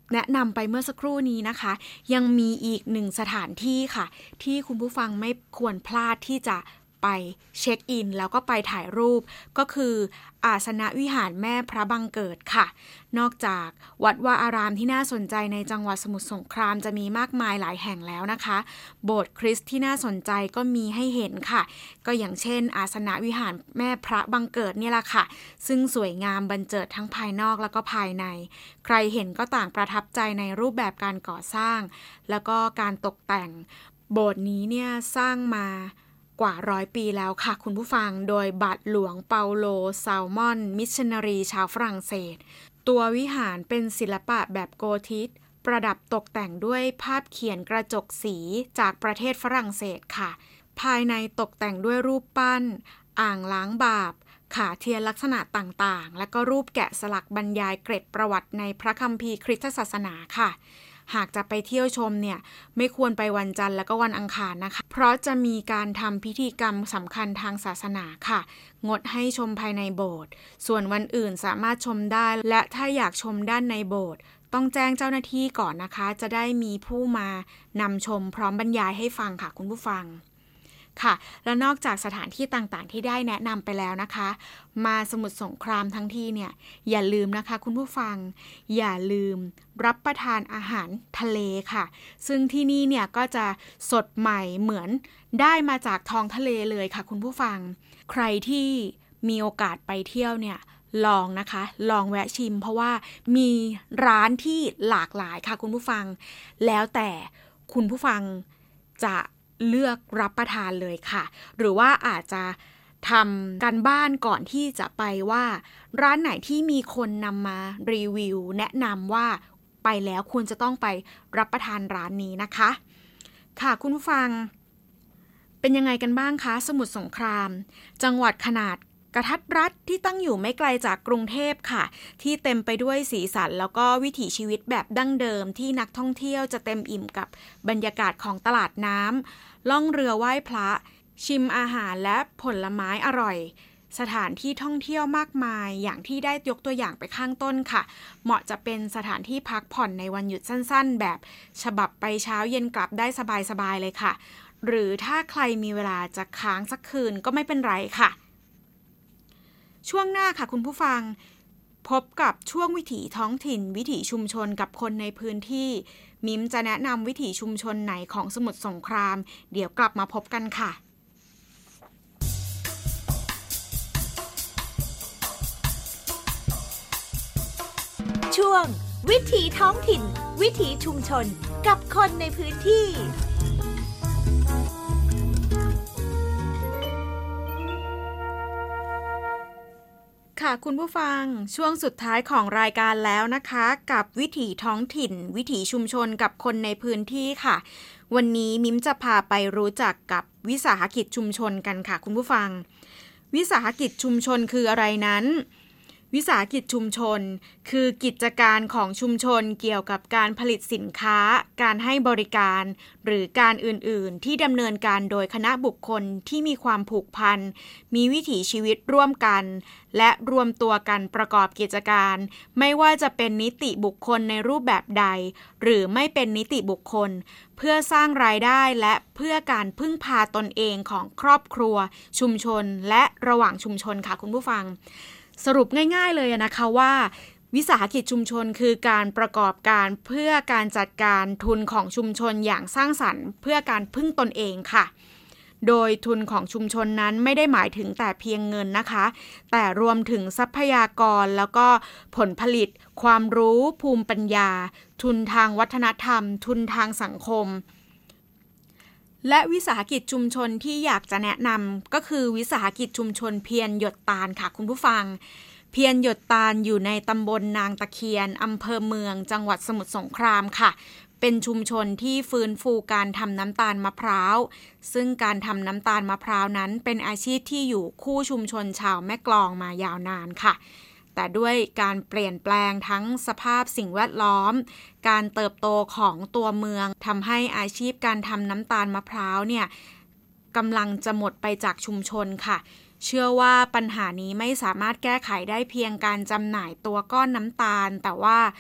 แนะนำไปเมื่อสักครู่นี้นะคะยังมีอีกหนึ่งสถานที่ค่ะที่คุณผู้ฟังไม่ควรพลาดที่จะไปเช็คอินแล้วก็ไปถ่ายรูปก็คืออาสนะวิหารแม่พระบังเกิดค่ะนอกจากวัดวาอารามที่น่าสนใจในจังหวัดสมุทรสงครามจะมีมากมายหลายแห่งแล้วนะคะโบสถ์คริสต์ที่น่าสนใจก็มีให้เห็นค่ะก็อย่างเช่นอาสนะวิหารแม่พระบังเกิดเนี่ยแหละค่ะซึ่งสวยงามบันเจิดทั้งภายนอกแล้วก็ภายในใครเห็นก็ต่างประทับใจในรูปแบบการก่อสร้างแล้วก็การตกแต่งโบสถ์นี้เนี่ยสร้างมากว่า100 ปีแล้วค่ะคุณผู้ฟังโดยบาทหลวงเปาโลซาลมอนมิชชันนารีชาวฝรั่งเศสตัววิหารเป็นศิลปะแบบโกธิกประดับตกแต่งด้วยภาพเขียนกระจกสีจากประเทศฝรั่งเศสค่ะภายในตกแต่งด้วยรูปปั้นอ่างล้างบาปขาเทียนลักษณะต่างๆและก็รูปแกะสลักบรรยายเกร็ดประวัติในพระคัมภีร์คริสตศาสนาค่ะหากจะไปเที่ยวชมเนี่ยไม่ควรไปวันจันทร์และก็วันอังคารนะคะเพราะจะมีการทำพิธีกรรมสำคัญทางศาสนาค่ะงดให้ชมภายในโบสถ์ส่วนวันอื่นสามารถชมได้และถ้าอยากชมด้านในโบสถ์ต้องแจ้งเจ้าหน้าที่ก่อนนะคะจะได้มีผู้มานำชมพร้อมบรรยายให้ฟังค่ะคุณผู้ฟังค่ะและนอกจากสถานที่ต่างๆที่ได้แนะนำไปแล้วนะคะมาสมุทรสงครามทั้งที่เนี่ยอย่าลืมนะคะคุณผู้ฟังอย่าลืมรับประทานอาหารทะเลค่ะซึ่งที่นี่เนี่ยก็จะสดใหม่เหมือนได้มาจากท้องทะเลเลยค่ะคุณผู้ฟังใครที่มีโอกาสไปเที่ยวเนี่ยลองนะคะลองแวะชิมเพราะว่ามีร้านที่หลากหลายค่ะคุณผู้ฟังแล้วแต่คุณผู้ฟังจะเลือกรับประทานเลยค่ะหรือว่าอาจจะทำการบ้านก่อนที่จะไปว่าร้านไหนที่มีคนนำมารีวิวแนะนำว่าไปแล้วควรจะต้องไปรับประทานร้านนี้นะคะค่ะคุณผู้ฟังเป็นยังไงกันบ้างคะสมุทรสงครามจังหวัดขนาดกระทัดรัดที่ตั้งอยู่ไม่ไกลจากกรุงเทพค่ะที่เต็มไปด้วยสีสันแล้วก็วิถีชีวิตแบบดั้งเดิมที่นักท่องเที่ยวจะเต็มอิ่มกับบรรยากาศของตลาดน้ำล่องเรือไหว้พระชิมอาหารและผลไม้อร่อยสถานที่ท่องเที่ยวมากมายอย่างที่ได้ยกตัวอย่างไปข้างต้นค่ะเหมาะจะเป็นสถานที่พักผ่อนในวันหยุดสั้นๆแบบฉบับไปเช้าเย็นกลับได้สบายๆเลยค่ะหรือถ้าใครมีเวลาจะค้างสักคืนก็ไม่เป็นไรค่ะช่วงหน้าค่ะคุณผู้ฟังพบกับช่วงวิถีท้องถิ่นวิถีชุมชนกับคนในพื้นที่มิมจะแนะนำวิถีชุมชนไหนของสมุทรสงครามเดี๋ยวกลับมาพบกันค่ะช่วงวิถีท้องถิ่นวิถีชุมชนกับคนในพื้นที่ค่ะคุณผู้ฟังช่วงสุดท้ายของรายการแล้วนะคะกับวิถีท้องถิ่นวิถีชุมชนกับคนในพื้นที่ค่ะวันนี้มิมจะพาไปรู้จักกับวิสาหกิจชุมชนกันค่ะคุณผู้ฟังวิสาหกิจชุมชนคืออะไรนั้นวิสาหกิจชุมชนคือกิจการของชุมชนเกี่ยวกับการผลิตสินค้าการให้บริการหรือการอื่นๆที่ดำเนินการโดยคณะบุคคลที่มีความผูกพันมีวิถีชีวิตร่วมกันและรวมตัวกันประกอบกิจการไม่ว่าจะเป็นนิติบุคคลในรูปแบบใดหรือไม่เป็นนิติบุคคลเพื่อสร้างรายได้และเพื่อการพึ่งพาตนเองของครอบครัวชุมชนและระหว่างชุมชนค่ะคุณผู้ฟังสรุปง่ายๆเลยนะคะว่าวิสาหกิจชุมชนคือการประกอบการเพื่อการจัดการทุนของชุมชนอย่างสร้างสรรค์เพื่อการพึ่งตนเองค่ะโดยทุนของชุมชนนั้นไม่ได้หมายถึงแต่เพียงเงินนะคะแต่รวมถึงทรัพยากรแล้วก็ผลผลิตความรู้ภูมิปัญญาทุนทางวัฒนธรรมทุนทางสังคมและวิสาหกิจชุมชนที่อยากจะแนะนำก็คือวิสาหกิจชุมชนเพียรหยดตาลค่ะคุณผู้ฟังเพียรหยดตาลอยู่ในตำบลนางตะเคียนอำเภอเมืองจังหวัดสมุทรสงครามค่ะเป็นชุมชนที่ฟื้นฟูการทำน้ำตาลมะพร้าวซึ่งการทำน้ำตาลมะพร้าวนั้นเป็นอาชีพที่อยู่คู่ชุมชนชาวแม่กลองมายาวนานค่ะแต่ด้วยการเปลี่ยนแปลงทั้งสภาพสิ่งแวดล้อมการเติบโตของตัวเมืองทำให้อาชีพการทำน้ำตาลมะพร้าวเนี่ยกำลังจะหมดไปจากชุมชนค่ะเชื่อว่าปัญหานี้ไม่สามารถแก้ไขได้เพียงการจำหน่ายตัวก้อนน้ำตาลแต่ว่า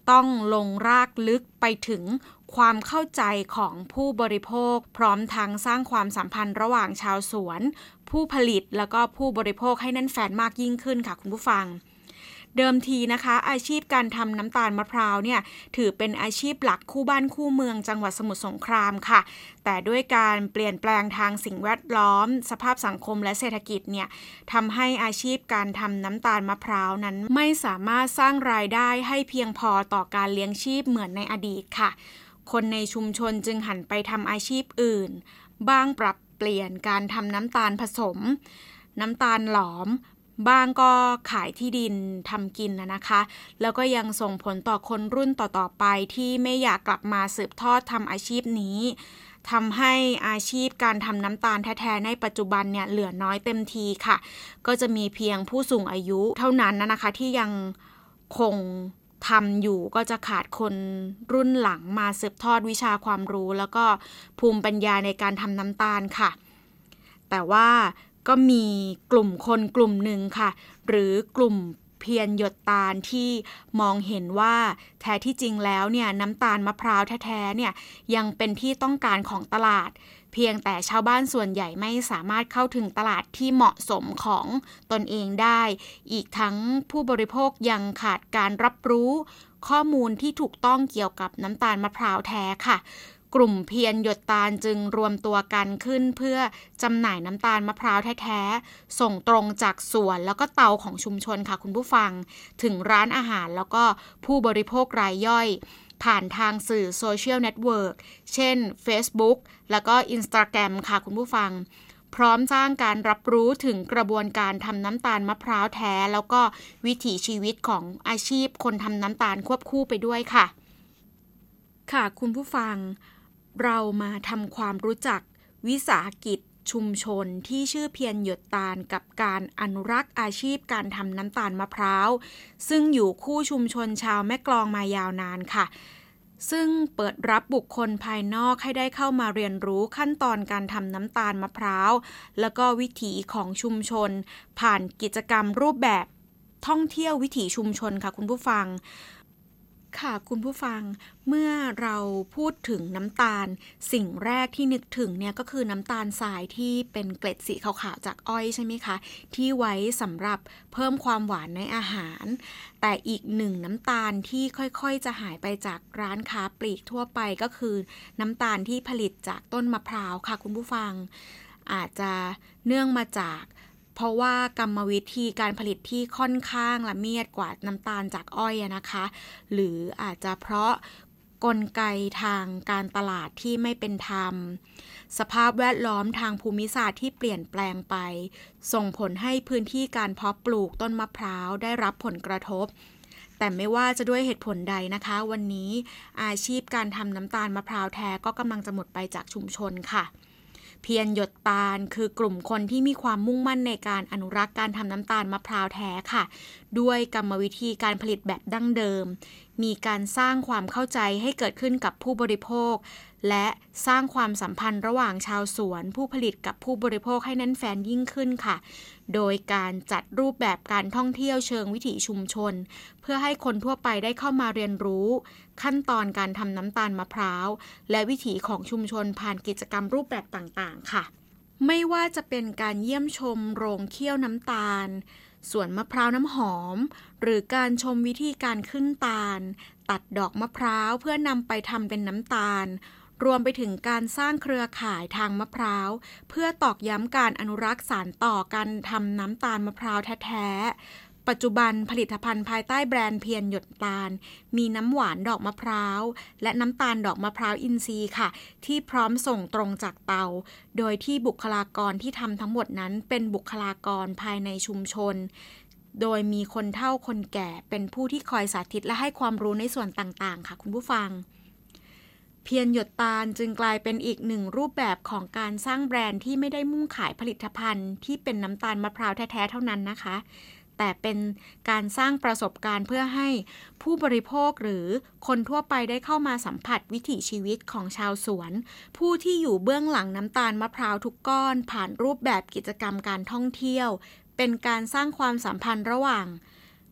ต้องลงรากลึกไปถึงความเข้าใจของผู้บริโภคพร้อมทั้งสร้างความสัมพันธ์ระหว่างชาวสวนผู้ผลิตแล้วก็ผู้บริโภคให้แน่นแฟ้นมากยิ่งขึ้นค่ะคุณผู้ฟังเดิมทีนะคะอาชีพการทำน้ำตาลมะพร้าวเนี่ยถือเป็นอาชีพหลักคู่บ้านคู่เมืองจังหวัดสมุทรสงครามค่ะแต่ด้วยการเปลี่ยนแปลงทางสิ่งแวดล้อมสภาพสังคมและเศรษฐกิจเนี่ยทำให้อาชีพการทำน้ำตาลมะพร้าวนั้นไม่สามารถสร้างรายได้ให้เพียงพอต่อการเลี้ยงชีพเหมือนในอดีตค่ะคนในชุมชนจึงหันไปทำอาชีพอื่นบ้างปรับเปลี่ยนการทำน้ำตาลผสมน้ำตาลหลอมบ้างก็ขายที่ดินทำกินนะคะแล้วก็ยังส่งผลต่อคนรุ่นต่อๆไปที่ไม่อยากกลับมาสืบทอดทำอาชีพนี้ทำให้อาชีพการทำน้ำตาลแท้ๆในปัจจุบันเนี่ยเหลือน้อยเต็มทีค่ะก็จะมีเพียงผู้สูงอายุเท่านั้นนะคะที่ยังคงทำอยู่ก็จะขาดคนรุ่นหลังมาสืบทอดวิชาความรู้แล้วก็ภูมิปัญญาในการทำน้ำตาลค่ะแต่ว่าก็มีกลุ่มคนกลุ่มหนึ่งค่ะหรือกลุ่มเพียรหยดตาลที่มองเห็นว่าแท้ที่จริงแล้วเนี่ยน้ำตาลมะพร้าวแท้ๆเนี่ยยังเป็นที่ต้องการของตลาดเพียงแต่ชาวบ้านส่วนใหญ่ไม่สามารถเข้าถึงตลาดที่เหมาะสมของตนเองได้อีกทั้งผู้บริโภคยังขาดการรับรู้ข้อมูลที่ถูกต้องเกี่ยวกับน้ำตาลมะพร้าวแท้ค่ะกลุ่มเพียรหยดตาลจึงรวมตัวกันขึ้นเพื่อจำหน่ายน้ำตาลมะพร้าวแท้ๆส่งตรงจากสวนแล้วก็เตาของชุมชนค่ะคุณผู้ฟังถึงร้านอาหารแล้วก็ผู้บริโภครายย่อยผ่านทางสื่อโซเชียลเน็ตเวิร์กเช่น Facebook แล้วก็ Instagram ค่ะคุณผู้ฟังพร้อมสร้างการรับรู้ถึงกระบวนการทำน้ำตาลมะพร้าวแท้แล้วก็วิถีชีวิตของอาชีพคนทำน้ำตาลควบคู่ไปด้วยค่ะค่ะคุณผู้ฟังเรามาทำความรู้จักวิสาหกิจชุมชนที่ชื่อเพียรหยดตาลกับการอนุรักษ์อาชีพการทำน้ำตาลมะพร้าวซึ่งอยู่คู่ชุมชนชาวแม่กลองมายาวนานค่ะซึ่งเปิดรับบุคคลภายนอกให้ได้เข้ามาเรียนรู้ขั้นตอนการทำน้ำตาลมะพร้าวแล้วก็วิถีของชุมชนผ่านกิจกรรมรูปแบบท่องเที่ยววิถีชุมชนค่ะคุณผู้ฟังค่ะคุณผู้ฟังเมื่อเราพูดถึงน้ำตาลสิ่งแรกที่นึกถึงเนี่ยก็คือน้ำตาลทรายที่เป็นเกล็ดสีขาวๆจากอ้อยใช่ไหมคะที่ไว้สำหรับเพิ่มความหวานในอาหารแต่อีกหนึ่งน้ำตาลที่ค่อยๆจะหายไปจากร้านค้าปลีกทั่วไปก็คือน้ำตาลที่ผลิตจากต้นมะพร้าวค่ะคุณผู้ฟังอาจจะเนื่องมาจากเพราะว่ากรรมวิธีการผลิตที่ค่อนข้างละเมียดกว่าน้ำตาลจากอ้อยนะคะหรืออาจจะเพราะกลไกทางการตลาดที่ไม่เป็นธรรมสภาพแวดล้อมทางภูมิศาสตร์ที่เปลี่ยนแปลงไปส่งผลให้พื้นที่การเพาะปลูกต้นมะพร้าวได้รับผลกระทบแต่ไม่ว่าจะด้วยเหตุผลใดนะคะวันนี้อาชีพการทำน้ำตาลมะพร้าวแท้ก็กำลังจะหมดไปจากชุมชนค่ะเพียรหยดตาลคือกลุ่มคนที่มีความมุ่งมั่นในการอนุรักษ์การทำน้ำตาลมะพร้าวแท้ค่ะด้วยกรรมวิธีการผลิตแบบดั้งเดิมมีการสร้างความเข้าใจให้เกิดขึ้นกับผู้บริโภคและสร้างความสัมพันธ์ระหว่างชาวสวนผู้ผลิตกับผู้บริโภคให้แน่นแฟ้นยิ่งขึ้นค่ะโดยการจัดรูปแบบการท่องเที่ยวเชิงวิถีชุมชนเพื่อให้คนทั่วไปได้เข้ามาเรียนรู้ขั้นตอนการทำน้ำตาลมะพร้าวและวิถีของชุมชนผ่านกิจกรรมรูปแบบต่างๆค่ะไม่ว่าจะเป็นการเยี่ยมชมโรงเคี่ยวน้ำตาลสวนมะพร้าวน้ำหอมหรือการชมวิธีการขึ้นตาลตัดดอกมะพร้าวเพื่อนำไปทำเป็นน้ำตาลรวมไปถึงการสร้างเครือข่ายทางมะพร้าวเพื่อตอกย้ำการอนุรักษ์สานต่อการทำน้ำตาลมะพร้าวแท้ๆปัจจุบันผลิตภัณฑ์ภายใต้แบรนด์เพียรหยดตาลมีน้ำหวานดอกมะพร้าวและน้ำตาลดอกมะพร้าวอินทรีย์ค่ะที่พร้อมส่งตรงจากเตาโดยที่บุคลากรที่ทำทั้งหมดนั้นเป็นบุคลากรภายในชุมชนโดยมีคนเฒ่าคนแก่เป็นผู้ที่คอยสาธิตและให้ความรู้ในส่วนต่างๆค่ะคุณผู้ฟังเพียรหยดตาลจึงกลายเป็นอีกหนึ่งรูปแบบของการสร้างแบรนด์ที่ไม่ได้มุ่งขายผลิตภัณฑ์ที่เป็นน้ำตาลมะพร้าวแท้ๆเท่านั้นนะคะแต่เป็นการสร้างประสบการณ์เพื่อให้ผู้บริโภคหรือคนทั่วไปได้เข้ามาสัมผัสวิถีชีวิตของชาวสวนผู้ที่อยู่เบื้องหลังน้ำตาลมะพร้าวทุกก้อนผ่านรูปแบบกิจกรรมการท่องเที่ยวเป็นการสร้างความสัมพันธ์ระหว่าง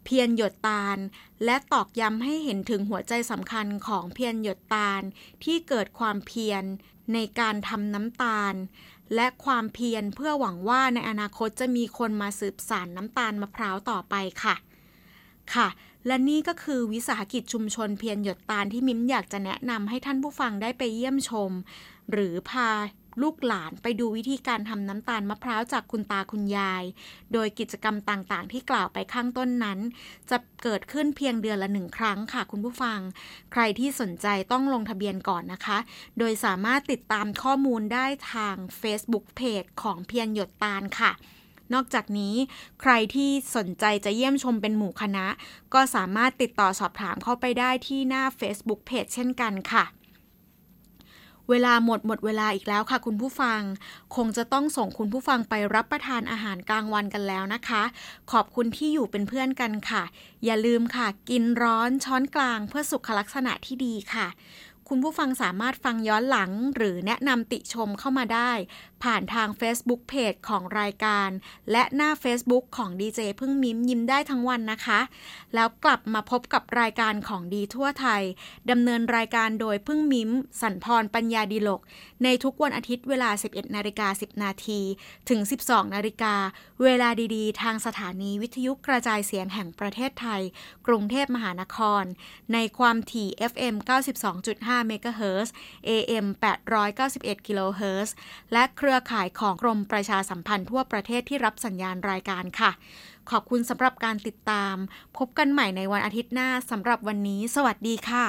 เพียรหยดตาลและตอกย้ำให้เห็นถึงหัวใจสำคัญของเพียรหยดตาลที่เกิดความเพียรในการทำน้ำตาลและความเพียรเพื่อหวังว่าในอนาคตจะมีคนมาสืบสานน้ำตาลมะพร้าวต่อไปค่ะและนี่ก็คือวิสาหกิจชุมชนเพียรหยดตาลที่มิ้มอยากจะแนะนำให้ท่านผู้ฟังได้ไปเยี่ยมชมหรือพาลูกหลานไปดูวิธีการทำน้ำตาลมะพร้าวจากคุณตาคุณยายโดยกิจกรรมต่างๆที่กล่าวไปข้างต้นนั้นจะเกิดขึ้นเพียงเดือนละ1 ครั้งค่ะคุณผู้ฟังใครที่สนใจต้องลงทะเบียนก่อนนะคะโดยสามารถติดตามข้อมูลได้ทาง Facebook Page ของเพียรหยดตาลค่ะนอกจากนี้ใครที่สนใจจะเยี่ยมชมเป็นหมู่คณะก็สามารถติดต่อสอบถามเข้าไปได้ที่หน้า Facebook Page เช่นกันค่ะเวลาหมดเวลาอีกแล้วค่ะคุณผู้ฟังคงจะต้องส่งคุณผู้ฟังไปรับประทานอาหารกลางวันกันแล้วนะคะขอบคุณที่อยู่เป็นเพื่อนกันค่ะอย่าลืมค่ะกินร้อนช้อนกลางเพื่อสุขลักษณะที่ดีค่ะคุณผู้ฟังสามารถฟังย้อนหลังหรือแนะนำติชมเข้ามาได้ผ่านทาง Facebook Page ของรายการและหน้า Facebook ของดีเจพึ่งมิ้มยิ้มได้ทั้งวันนะคะแล้วกลับมาพบกับรายการของดีทั่วไทยดำเนินรายการโดยพึ่งมิ้มสันพรปัญญาดิลกในทุกวันอาทิตย์เวลา 11:10 นาทีถึง 12:00 นเวลาดีๆทางสถานีวิทยุกระจายเสียงแห่งประเทศไทยกรุงเทพมหานครในความถี่ FM 92.5 เมกะเฮิรตซ์ AM 891 กิโลเฮิรตซ์และเครือข่ายของกรมประชาสัมพันธ์ทั่วประเทศที่รับสัญญาณรายการค่ะขอบคุณสำหรับการติดตามพบกันใหม่ในวันอาทิตย์หน้าสำหรับวันนี้สวัสดีค่ะ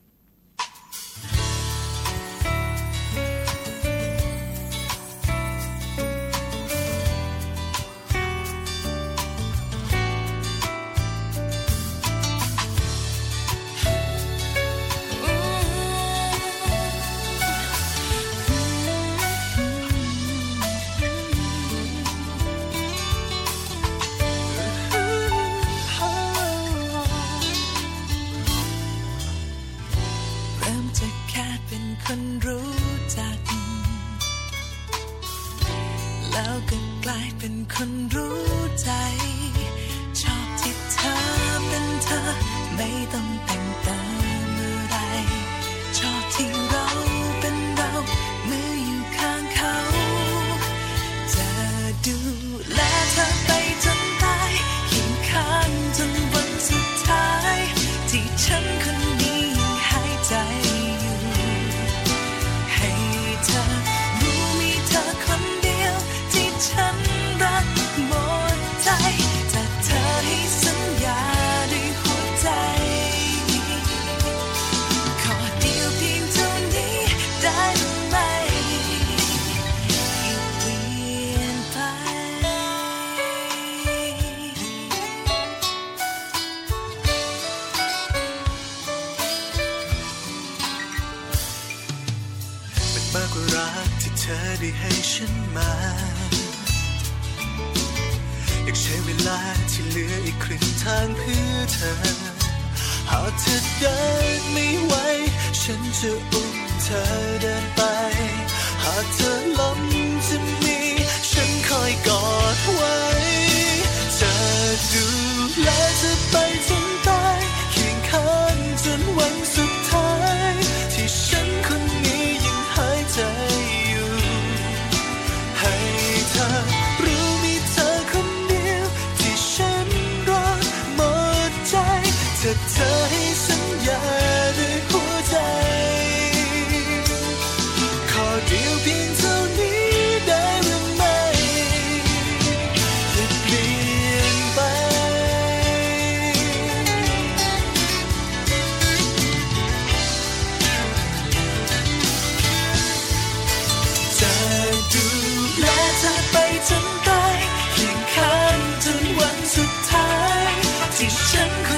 คนรู้จักแล้วก็กลายเป็นคนรู้ใจชอบที่เธอเป็นเธอไม่ต้องแต่งเติมอะไรชอบที่เราเป็นเราเมื่ออยู่ข้างเขาจะดูแลเธอไปจนตายเคียงข้างจนวันสุดท้ายที่ฉันคนนี้ยังหายใจฉันรักหมดใจจากเธอให้สัญญาด้วยหัวใจขอเดียวเพียงเท่านี้ได้ไหมอย่าเปลี่ยนไปเป็นมากกว่ารักที่เธอได้ให้ฉันมาอยากใช้เวลาที่เหลืออีกครึ่งทางเพื่อเธอหากเธอเดินไม่ไหวฉันจะอุ้มเธอเดินไปหากเธอล้มจะมีฉันคอยกอดไว้จะดูแลเธอไปจนตายเคียงข้างจนวันสุดท้ายที่ฉันคนนี้ยังหายใจอยู่ให้เธอรู้มีเธอคนเดียวที่ฉันรักหมดใจถ้าเธอให้สัญญาด้วยหัวใจขอเดียวเพียงเท่านี้ได้หรือไม่อย่าเปลี่ยนไปจะดูแลเธอไปจนตายเคียงข้างจนวันสุดท้ายที่ฉัน